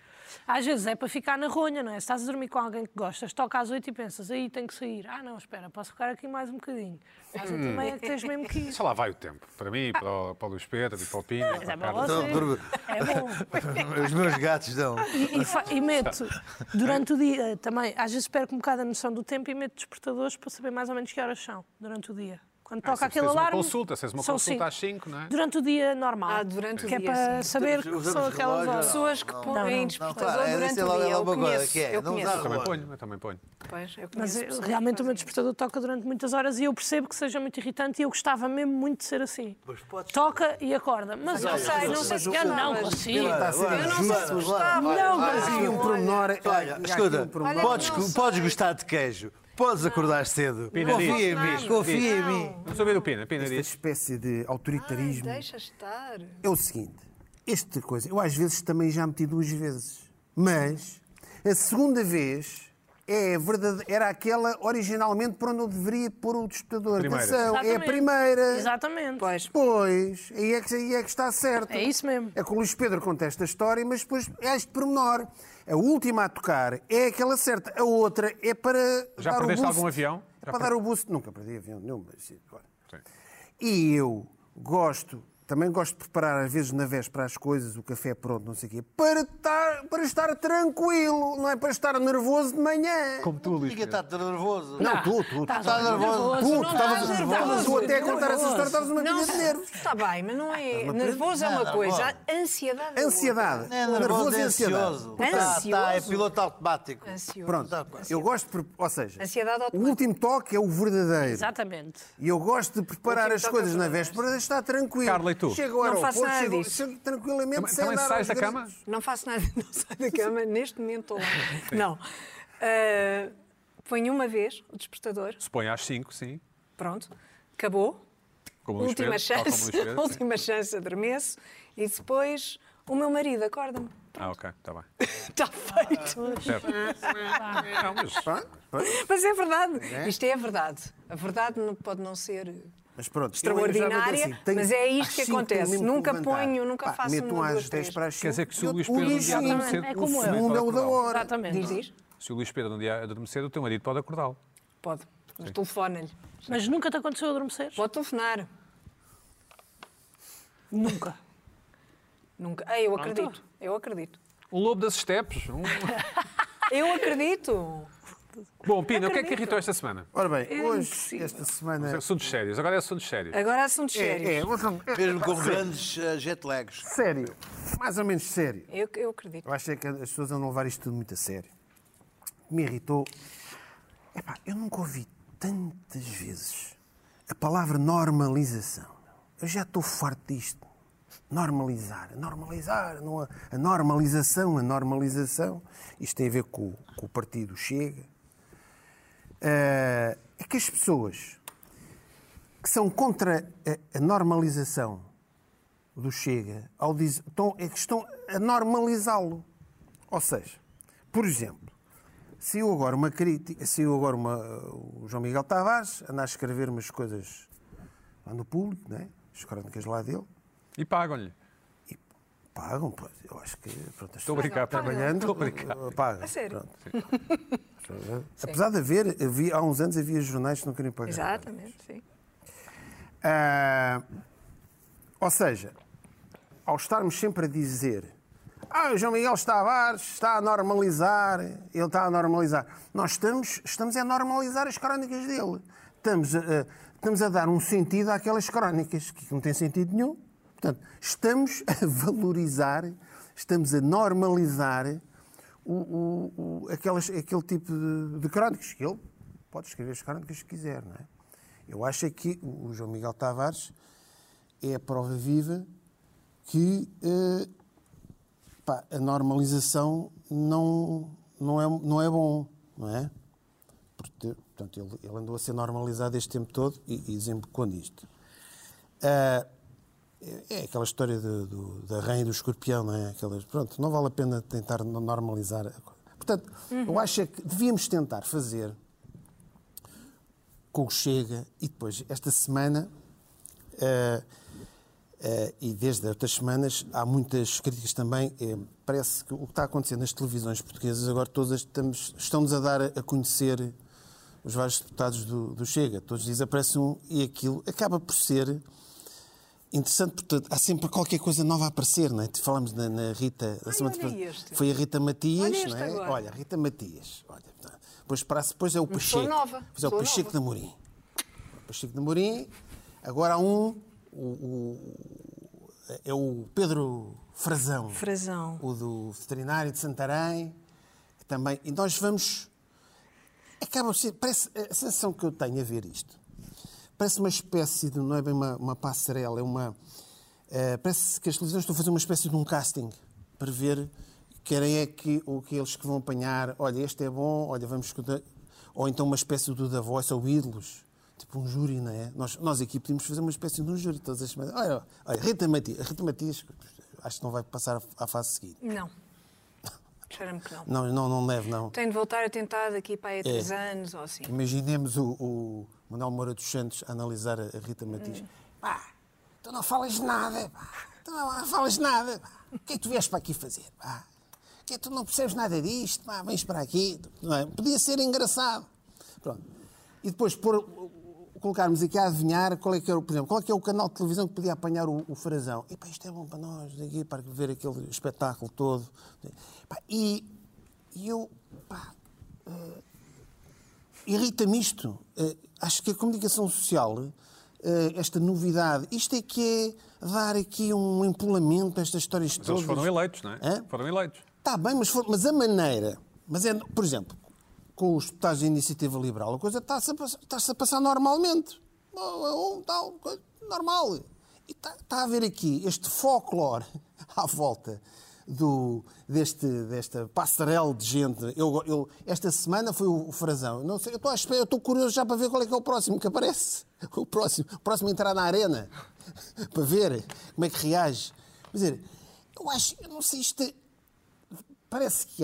Às vezes é para ficar na ronha, não é? Se estás a dormir com alguém que gostas, toca às 8 e pensas, aí tenho que sair. Ah, não, espera, posso ficar aqui mais um bocadinho. Às 8h30 que tens mesmo que ir. Só lá vai o tempo. Para mim, para o Luís Pedro e para o Pina. Mas é para para a Carla. você. É bom. Os meus gatos dão. E meto durante o dia também, às vezes perco um bocado a noção do tempo e meto despertadores para saber mais ou menos que horas são durante o dia. Quando toca Se aquele tens uma alarme. consulta, se és uma são consulta 5. às 5, não é? Durante o dia normal. Durante o que é dia, para sim. saber que Usamos são aquelas relógio, horas. Pessoas que põem não. despertador Não, claro, durante essa é o logo dia. Eu uma coisa conheço. que é, Eu não conheço. usar Eu também ponho. Pois, eu Mas conheço pessoas que realmente o meu fazem despertador toca durante muitas horas e eu percebo que seja muito irritante e eu gostava mesmo muito de ser assim. Mas podes- Toca e acorda. Mas Não sei se eu não gostavas. consigo. Está a ser Olha, Eu não sei se injusto. gostava. Não, Há aqui um pormenor. Olha, há aqui escuta, um pormenor. Olha, podes não gostar de queijo, podes acordar cedo. Pina, Confia diz. em mim, confia em mim. Vamos ouvir o Pina. Pina Esta diz. espécie de autoritarismo Deixa estar. é o seguinte. Esta coisa, eu às vezes também já meti 2 vezes. Mas a segunda vez é verdade, era aquela originalmente para onde eu deveria pôr o despertador. Primeira. Atenção, é a Exatamente. primeira. Exatamente. Pois. Pois, aí é que está certo. É isso mesmo. É que o Luís Pedro conta esta história, mas depois é este pormenor. A última a tocar é aquela certa. A outra é para Já dar o perdeste boost. algum avião? É Já para dar o boost. Nunca perdi avião nenhum. Mas, sim, olha. Sim. E eu também gosto de preparar às vezes na véspera as coisas, o café pronto, não sei o quê, para estar tranquilo, não é para estar nervoso de manhã. Como tu, Luís Ninguém Pedro. está nervoso. Não, tu. Estás nervoso. Tu não estavas estás nervoso. Tu até a contar essa história estavas uma pilha de nervos. Está bem, mas não é. Nervoso é uma Não, coisa, nervoso. ansiedade é Ansiedade. Não é nervoso, é ansiedade. ansioso. Ansioso. É piloto automático. outra. Ansioso. Pronto, eu gosto de... Ou seja, Ansiedade o automática. último toque é o verdadeiro. Exatamente. E eu gosto de preparar O último as toque coisas é na verdadeiro. véspera para estar tranquilo. Carla, e tu? Chego ao Não faço aeroporto, nada chego disso. tranquilamente sem Também andar sais da aos cama? gritos. Não faço nada, não saio da cama, neste momento estou lá. Não. Ponho uma vez o despertador, Se põe às 5, sim. pronto, acabou. Como o Luís Última Pedro, tal como o chance, Luís Pedro, sim. última chance, adormeço. E depois o meu marido acorda-me. Ah, ok, está bem. Está feito. Certo. Não, mas Mas é verdade. Isto é a verdade. A verdade não pode não ser Mas pronto, extraordinária, mas é isto que acontece. Nunca ponho, nunca faço meto uma, às duas, 10 três. para as 5. Quer dizer que se o e Luís o Pedro dia um dia seguinte, adormecer, É como o eu. segundo é o da hora. Exatamente. Diz? se o Luís Pedro um dia adormecer, o teu marido pode acordá-lo. Pode. Mas telefona-lhe. Mas nunca te aconteceu adormecer? Pode telefonar. Nunca. Nunca. Eu acredito. Eu acredito. O lobo das estepes. Eu acredito. Bom, Pina, o que é que irritou esta semana? Ora bem, hoje, impossível. esta semana... Assuntos sérios. Agora é assuntos sérios. Agora assuntos sérios. Mesmo com grandes jet lags. Sério, mais ou menos sério. Eu acredito. Eu acho é que as pessoas andam a levar isto tudo muito a sério. O que me irritou... Epá, eu nunca ouvi tantas vezes a palavra normalização. eu já estou farto disto. Normalizar. A normalização. Isto tem a ver com o partido Chega. É que as pessoas que são contra a normalização do Chega estão a normalizá-lo. Ou seja, por exemplo, saiu agora uma crítica, o João Miguel Tavares anda a escrever umas coisas lá no Público, né? As crónicas lá dele. E pagam-lhe. Pagam, pois. Eu acho que... Pronto, Estou a brincar. Trabalhando, pagam. A sério? Apesar de há uns anos havia jornais que não queriam pagar. Exatamente, sim. Ou seja, ao estarmos sempre a dizer o João Miguel Tavares está a normalizar, ele está a normalizar. Nós estamos a normalizar as crónicas dele. Estamos a dar um sentido àquelas crónicas, que não tem sentido nenhum. Portanto, estamos a valorizar, estamos a normalizar aquele tipo de crónicas. Ele pode escrever as crónicas que quiser, não é? Eu acho que o João Miguel Tavares é a prova viva que a normalização não é bom, não é? Portanto, ele andou a ser normalizado este tempo todo e desembocou nisto. É aquela história da rainha e do escorpião, não é? Pronto, não vale a pena tentar normalizar a coisa. Portanto, eu acho que devíamos tentar fazer com o Chega e depois, esta semana, e desde outras semanas, há muitas críticas também. Parece que o que está a acontecer nas televisões portuguesas, agora todas estão-nos a dar a conhecer os vários deputados do Chega. Todos desaparecem um e aquilo acaba por ser interessante. Portanto, há sempre qualquer coisa nova a aparecer, não é? Falamos na Rita... Foi a Rita Matias, não é? Olha, Rita Matias. Olha, depois é o Pacheco. Depois é o Pacheco de Amorim. Pacheco de Amorim. Agora há é o Pedro Frazão. O do veterinário de Santarém. Que também... E nós vamos... Acaba por ser... Parece, a sensação que eu tenho a ver isto... Parece uma espécie de... Não é bem uma passarela, é uma... parece que as televisões estão a fazer uma espécie de um casting para ver quem é que eles que vão apanhar. Olha, este é bom, olha, vamos escutar. Ou então uma espécie do The Voice ou ídolos. Tipo um júri, não é? Nós aqui podíamos fazer uma espécie de um júri todas as semanas. Olha, Rita Matias, acho que não vai passar à fase seguinte. Não. Cheira-me que não. Não leve, não. Tenho de voltar a tentar daqui para aí a 3 anos ou assim. Imaginemos o Manuel Moura dos Santos a analisar a Rita Matias. Tu não falas nada. Tu não falas nada. O que é que tu vieste para aqui fazer? Que tu não percebes nada disto? Vens para aqui. Não é? Podia ser engraçado. Pronto. E depois colocarmos aqui a adivinhar qual é que é o canal de televisão que podia apanhar o Frazão. Isto é bom para nós, aqui, para ver aquele espetáculo todo. E eu... irrita-me isto. Acho que a comunicação social, esta novidade, isto é que é dar aqui um empolamento a estas histórias todas. Eles foram eleitos, não é? Foram eleitos. Está bem, mas a maneira... por exemplo... com os deputados da Iniciativa Liberal, a coisa está-se a passar normalmente. Normal. E está a haver aqui este folclore à volta desta passarela de gente. Esta semana foi o Frazão. Não sei, eu estou à espera, eu estou curioso já para ver qual é que é o próximo que aparece. O próximo a entrar na arena para ver como é que reage. Quer dizer, eu não sei, isto parece que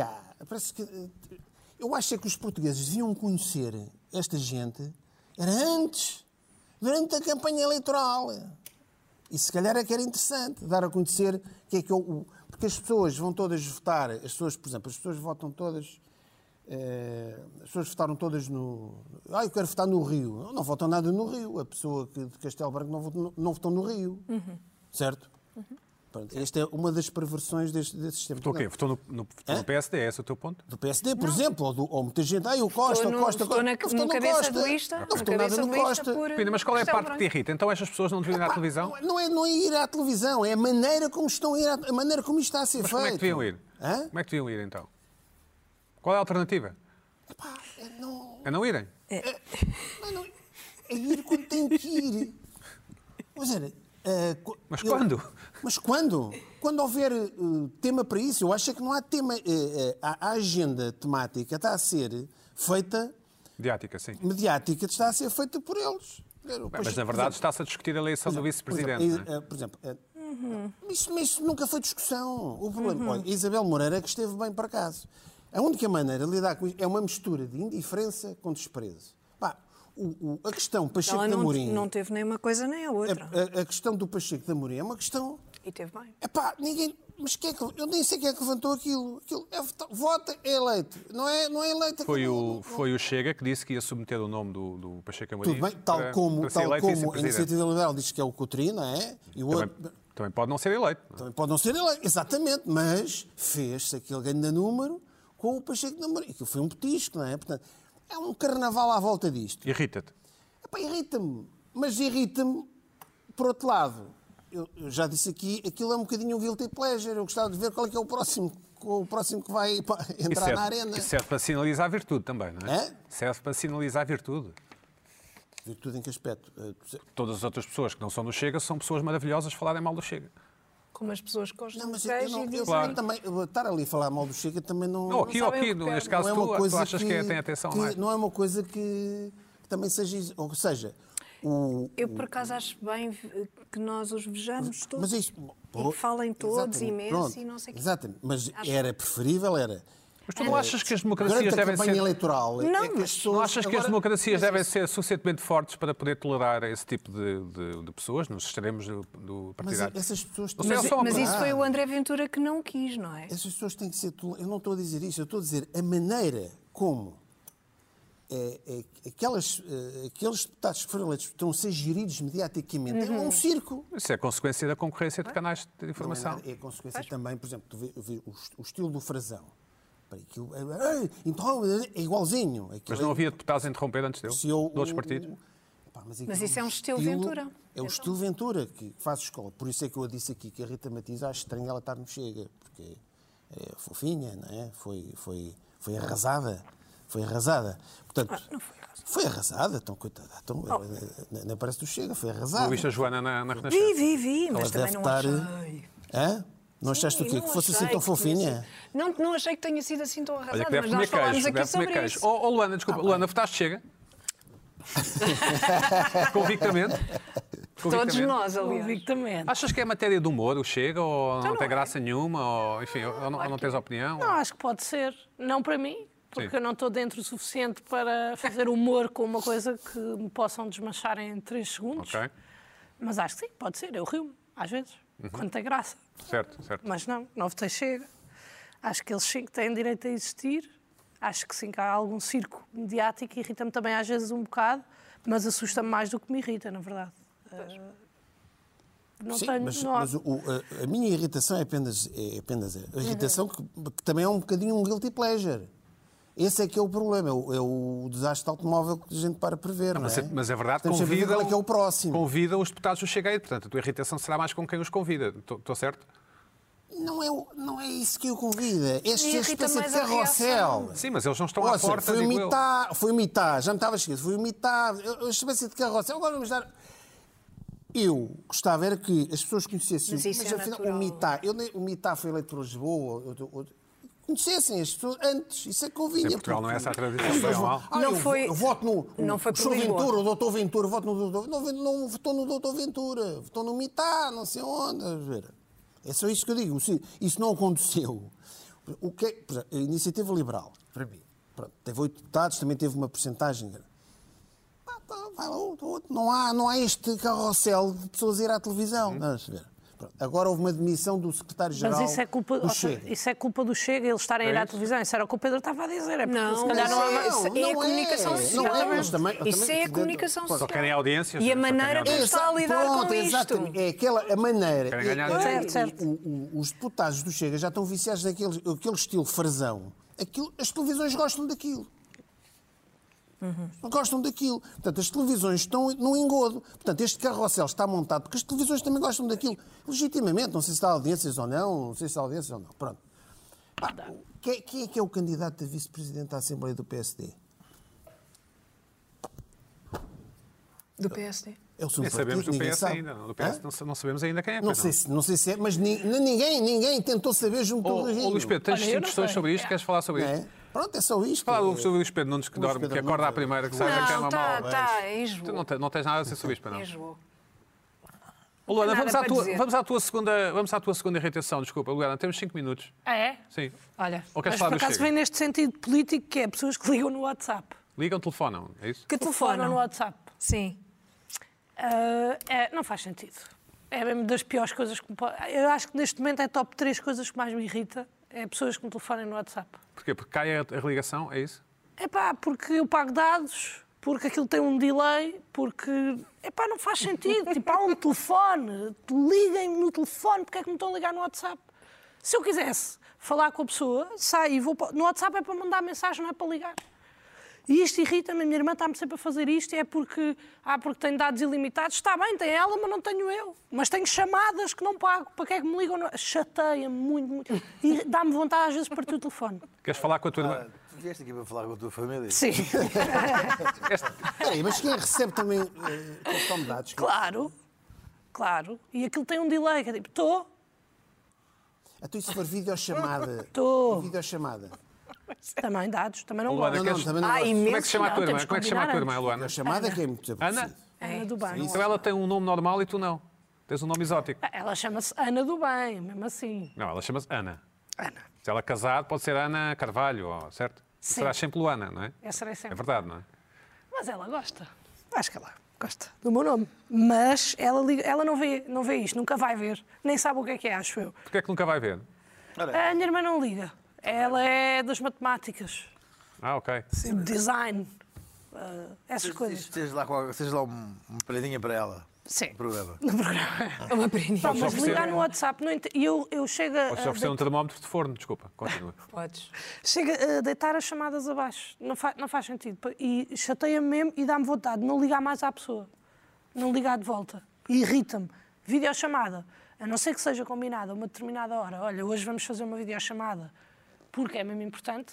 eu acho que os portugueses deviam conhecer esta gente era antes, durante a campanha eleitoral. E se calhar é que era interessante dar a conhecer que é que porque as pessoas vão todas votar, por exemplo, as pessoas votam todas, as pessoas votaram todas no... eu quero votar no Rio. Não votam nada no Rio. A pessoa de Castelo Branco não votou no Rio. Certo? Pronto, esta é uma das perversões deste sistema. Votou o quê? Votou no PSD? É esse o teu ponto? Do PSD, por exemplo, ou muita gente. O Costa, votou na cabeça de lista. Não votou nada no Costa. Pina, mas qual é a parte que te irrita? Então estas pessoas não deviam ir à televisão? Não é ir à televisão, é a maneira como estão a ir, a maneira como isto está a ser feito. Como é que deviam ir? Como é que deviam ir, então? Qual é a alternativa? É não irem? É ir quando tem que ir. Quer dizer, Mas quando? Mas quando? Quando houver tema para isso. Eu acho que não há tema. A agenda temática está a ser feita... Mediática está a ser feita por eles. Mas, na verdade, está-se a discutir a eleição do vice-presidente. Por exemplo, isso nunca foi discussão. O problema, olha, Isabel Moreira que esteve bem por acaso. A única maneira de lidar com isso é uma mistura de indiferença com desprezo. A questão Pacheco de Amorim... Não teve nem uma coisa nem a outra. A questão do Pacheco de Amorim é uma questão... E teve bem. Ninguém... Mas eu nem sei quem é que levantou aquilo. Vota, é eleito. Não é eleito. Foi o Chega que disse que ia submeter o nome do Pacheco Amorim. Tudo bem, tal como a Iniciativa Liberal diz que é o Coutinho, não é? E o também pode não ser eleito. Também pode não ser eleito, exatamente. Mas fez-se aquele grande número com o Pacheco de Amorim. Aquilo foi um petisco, não é? Portanto, é um carnaval à volta disto. Irrita-te? Irrita-me. Mas irrita-me, por outro lado... Eu já disse aqui, aquilo é um bocadinho um guilty pleasure. Eu gostava de ver qual é que é o próximo que vai entrar na arena. Isso serve para sinalizar a virtude também, não é? É? Serve para sinalizar a virtude. Virtude em que aspecto? Todas as outras pessoas que não são do Chega são pessoas maravilhosas a falarem mal do Chega. Como as pessoas que gostam mas de gajo e dizem... Claro. Também, estar ali a falar mal do Chega também não... Não, aqui, neste caso, tu achas que tem atenção mais. Não é uma coisa que também seja... Ou seja... Eu, por acaso, acho bem que nós os vejamos todos. Mas isso, e que falem todos imenso e não sei o quê. Exatamente. Mas era preferível, era... Mas tu não achas que as democracias devem ser... eleitoral... Não achas que as democracias devem ser suficientemente fortes para poder tolerar esse tipo de pessoas, nos extremos do partidário? Mas essas pessoas... Mas isso foi o André Ventura que não quis, não é? Essas pessoas têm que ser... Eu não estou a dizer isso, eu estou a dizer a maneira como... aqueles deputados que foram eleitos estão a ser geridos mediaticamente. É um circo. Isso é consequência da concorrência de canais de informação. É consequência também, por exemplo, o estilo do Frazão. É igualzinho. Mas não havia deputados a interromper antes dele? De outros partidos? Mas isso é um estilo Ventura. É o estilo Ventura que faz escola. Por isso é que eu disse aqui que a Rita Matias acho estranho ela estar no Chega. Porque é fofinha, não é? Foi arrasada. Foi arrasada. Portanto, não foi arrasada. Foi arrasada, então, coitada. Não parece do Chega, foi arrasada. Não viste a Joana na Renascença? Vi, mas também não achei. Não achaste o quê? Que fosse assim tão fofinha? Não achei que tenha sido assim tão arrasada, mas nós falámos aqui sobre isso. Luana, desculpa. Luana, votaste Chega? Convictamente? Todos nós, aliás. Convictamente. Achas que é matéria de humor o Chega ou não tem graça nenhuma? Ou, enfim, ou não tens opinião? Não, acho que pode ser. Não para mim. Porque eu não estou dentro o suficiente para fazer humor com uma coisa que me possam desmanchar em 3 segundos. Okay. Mas acho que sim, pode ser. Eu rio-me, às vezes, quando tem graça. Certo. Mas não votei Chega. Acho que eles sim que têm direito a existir. Acho que sim que há algum circo mediático. Irrita-me também às vezes um bocado, mas assusta-me mais do que me irrita, na verdade. Mas a minha irritação é apenas a irritação que também é um bocadinho um guilty pleasure. Esse é que é o problema, é o desastre automóvel que a gente para prever, não é? Mas é verdade, qual é que é o próximo. Convida os deputados do Chega aí, portanto, a tua irritação será mais com quem os convida. Estou certo? Não é isso que o convida. Esta espécie de carrossel. Sim, mas eles não estão à porta, foi imitar, já me estava esquecido, foi imitar, a espécie de carrossel. Agora vamos dar... Eu gostava era que as pessoas conhecessem... Mas afinal, o MITAR foi eleito por Lisboa... Conhecessem as pessoas antes, isso é que convinha. Em Portugal não é essa a tradição. Eu voto no Sr. Ventura, o Dr. Ventura, voto no Dr. Não votou no Dr. Ventura, votou no MITAR, não sei onde. É só isso que eu digo. Isso não aconteceu. A Iniciativa Liberal, para mim, teve 8 deputados, também teve uma percentagem. Vai lá, não há este carrossel de pessoas a ir à televisão. Agora houve uma demissão do secretário-geral do Chega. Isso é culpa do Chega, eles estarem a ir à televisão. Isso era o que o Pedro estava a dizer. É porque, se calhar, é a comunicação social. Isso é a comunicação social. Só querem audiências. E a maneira como está a lidar com isto. É a maneira. Certo. Os deputados do Chega já estão viciados naquele estilo Frazão. As televisões gostam daquilo. Não gostam daquilo. Portanto, as televisões estão no engodo. Portanto, este carrossel está montado porque as televisões também gostam daquilo. Legitimamente. Não sei se há audiências ou não. Pronto. Quem é que é o candidato a vice-presidente à Assembleia do PSD? Do PSD? É o segundo Nem sabemos partido, do ninguém PS sabe. ainda. Do PS não sabemos ainda quem é. Não sei se é, mas ninguém tentou saber junto do Rio. Luís Pedro, tens Olha, eu não questões sei. sobre isto? Queres falar sobre É. isto? Pronto, é só isto. Fala sobre o Luís Pedro Nunes que Luís dorme, Pedro que acorda à Nunes. primeira, que sai da Não, cama mal. está, enjoou. Tu não tens nada a dizer sobre isto, para não? Enjoou. Ô, Luana, nada para dizer. vamos à tua segunda irritação, desculpa. Luana, temos 5 minutos. É? Sim. Olha, Ou queres mas falar por do acaso Chega? vem neste sentido político, que é pessoas que ligam no WhatsApp. Ligam, telefonam, é isso? Que Telefonam no telefonam. WhatsApp. Sim. Não faz sentido. É mesmo das piores coisas que me pode... Eu acho que neste momento é top 3 coisas que mais me irrita. É pessoas que me telefonem no WhatsApp. Porquê? Porque cai a ligação, é isso? É pá, porque eu pago dados, porque aquilo tem um delay, porque... É pá, não faz sentido. Tipo, há um telefone. Liguem-me no telefone, porque é que me estão a ligar no WhatsApp? Se eu quisesse falar com a pessoa, saio e vou... No WhatsApp é para mandar mensagem, não é para ligar. E isto irrita-me, a minha irmã está-me sempre a fazer isto, e é porque tem dados ilimitados. Está bem, tem ela, mas não tenho eu. Mas tenho chamadas que não pago. Para que é que me ligam? Chateia-me muito. E dá-me vontade às vezes de partir o telefone. Queres falar com a tua irmã? Tu vieste aqui para falar com a tua família? Sim. Peraí, mas quem recebe também consome dados? Claro. E aquilo tem um delay, que é tipo, estou. Então, e se for videochamada? Tô. Videochamada. Também dados, também não Luana, gosto. Não, queres- também não Ah, gosto. imenso. Como é que se chama a tua Não, irmã? temos que Como é que se chama a tua combinar irmã, Luana? Videochamada que é muito Ana? preciso. Ana do Bem. Então ela tem um nome normal e tu não. Tens um nome exótico. Ela chama-se Ana do Bem, mesmo assim. Não, ela chama-se Ana. Ana. Se ela casar, pode ser Ana Carvalho, certo? Sim. Será sempre Luana, não é? Essa será É sempre. verdade, não é? Mas ela gosta. Acho que ela gosta do meu nome. Mas ela não vê isto, nunca vai ver. Nem sabe o que é, acho eu. Porquê é que nunca vai ver? A minha irmã não liga. Ela é das matemáticas, Ah, ok. design, essas coisas. Seja lá uma paradinha para ela. Sim. No programa. No programa. É uma prendinha. Pá, mas oferecer- ligar no WhatsApp, e eu chego a... Podes oferecer um termómetro de forno, desculpa. Continua. Podes. Chega a deitar as chamadas abaixo. Não faz sentido. E chateia-me mesmo e dá-me vontade de não ligar mais à pessoa. Não ligar de volta. E irrita-me. Videochamada. A não ser que seja combinada a uma determinada hora. Olha, hoje vamos fazer uma videochamada porque é mesmo importante.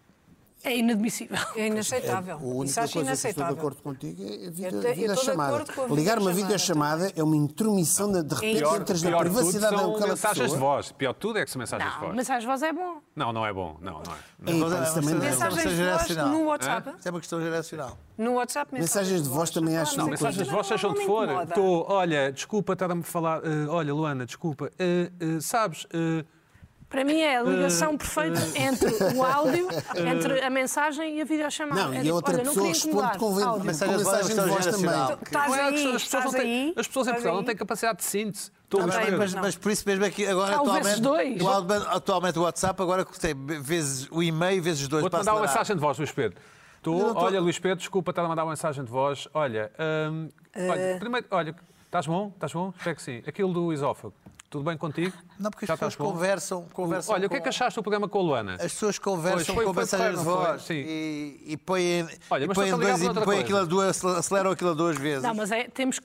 É inadmissível. É inaceitável. A Isso única acho coisa que estou de inaceitável. acordo contigo é a Eu estou de videochamada. acordo com a Ligar uma videochamada videochamada é uma intromissão de repente Pior- entras na Pior de tudo privacidade são daquela mensagens de pessoa. voz. Pior de tudo é que são mensagens de Não, voz. mensagem de voz é bom. Não, não é bom. Não, não é. Ei, pá, isso também não é. Mensagens de voz geracional. no WhatsApp. Isso é uma questão geracional. No WhatsApp, Mensagens de voz também acho Não, uma mensagens de coisa. voz sejam de Não for. me incomoda. Olha, desculpa estar a me falar. Olha, Luana, desculpa. Sabes, Para mim é a ligação perfeita entre o áudio, entre a mensagem e a videochamada. Não, É e tipo, a outra olha, não pessoa queria responde incomodar. com Áudio. mensagem de voz geracional. também. Estás não é a aí, questão, as pessoas estás não têm- aí. as pessoas em estás Portugal aí. não têm capacidade de síntese. Estou a Tá bem, perceber. mas por isso mesmo é que agora Já houvesse dois. atualmente o WhatsApp agora tem vezes o e-mail vezes dois. Vou-te para mandar uma acelerar. mensagem de voz, Luís Pedro. Olha, Luís Pedro, desculpa estar a mandar uma mensagem de voz. Olha, olha, primeiro, olha, estás bom? Estás bom? Espero que sim. Aquilo do esófago, tudo bem contigo? Não, porque Já as pessoas estás bom? conversam. Olha, o que é que achaste do programa com a Luana? As pessoas conversam Pois, com foi mensagens de porreiro, não foi? voz Sim. e põem, Olha, e mas põem estou-te a ligar dois para e outra põem coisa. aquilo a duas, aceleram aquilo a duas vezes. Não, mas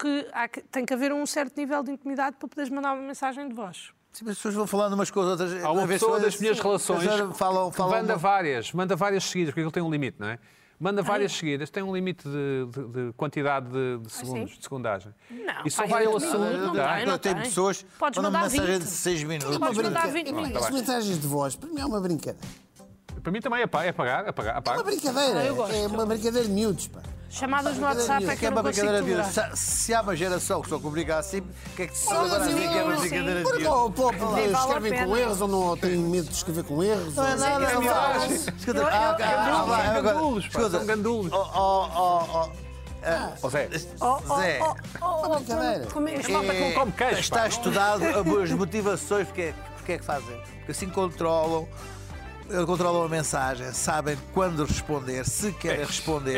tem que haver um certo nível de intimidade para poderes mandar uma mensagem de voz. Sim, mas as pessoas vão falando umas com as outras. Há uma pessoa das minhas Sim. relações As pessoas falam manda uma- várias seguidas, porque ele tem um limite, não é? Manda várias seguidas, tem um limite de quantidade de segundos, sim? de segundagem. Não, E só pá, vai ao eu- assunto. não tá? tem, não Tem tem. pessoas Podes mandam uma mandar mensagem 20. de 6 minutos. Podes mandar Brinca- 20 minutos. As mensagens de voz, para mim é uma brincadeira. Para mim também é pagar. É uma brincadeira. eu gosto. É uma brincadeira de miúdos, pá. Chamadas no WhatsApp é que Que é eu uma não consigo brincadeira de tolerar. Se há uma geração que só comunica assim, o que é que se sabe agora a sim, dizer que é uma sim. brincadeira de Porque miúdos? porque Vale a escrevem com pena. erros ou não têm medo de escrever com erros? Não é nada, É não miúdos. faz. Escuta, agora- Gandulos, pá, escuta, são gandulos. Ó Zé, Zé, Uma brincadeira. Como é que malta que não come queijo, está pá. estudado as motivações porque é que fazem. Porque assim controlam a mensagem, sabem quando responder, se querem responder.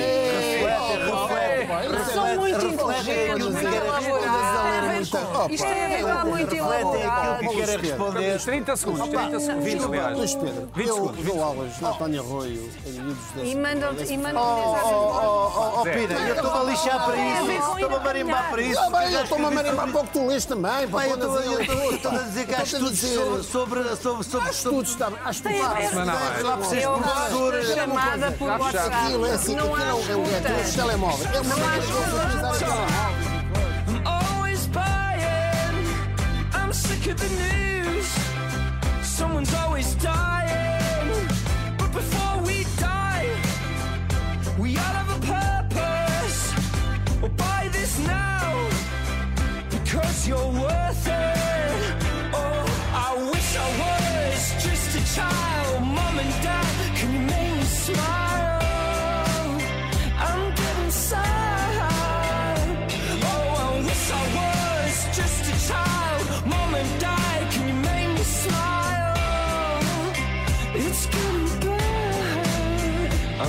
São muito refletem aquilo que querem responder. Isto tem a ver com muito Refletem aquilo que querem Temos responder. 30 segundos, 30 segundos, 20, aliás. Luís Pedro, 20 eu segundos, 20 dou aulas na António Arroio em miúdos desse. E mandam desse- Oh, Pina, eu estou-me a lixar para Tem a ver isso. com Estou-me a ir marimbar para isso. Ah, porque bem, já eu estou-me a escrevi marimbar sobre para o que tu lês também. Pai, eu estou a dizer que há estudos sobre Estudos, está bem. Acho que Tem a ver. Semana a mais. lá precisas Eu de gosto da professores. chamada por Já fechamos. WhatsApp. aquilo, é assim, Não aquilo há é o escuta. telemóvel. É uma coisa que eu vou utilizar o telemóvel.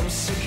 I'm sick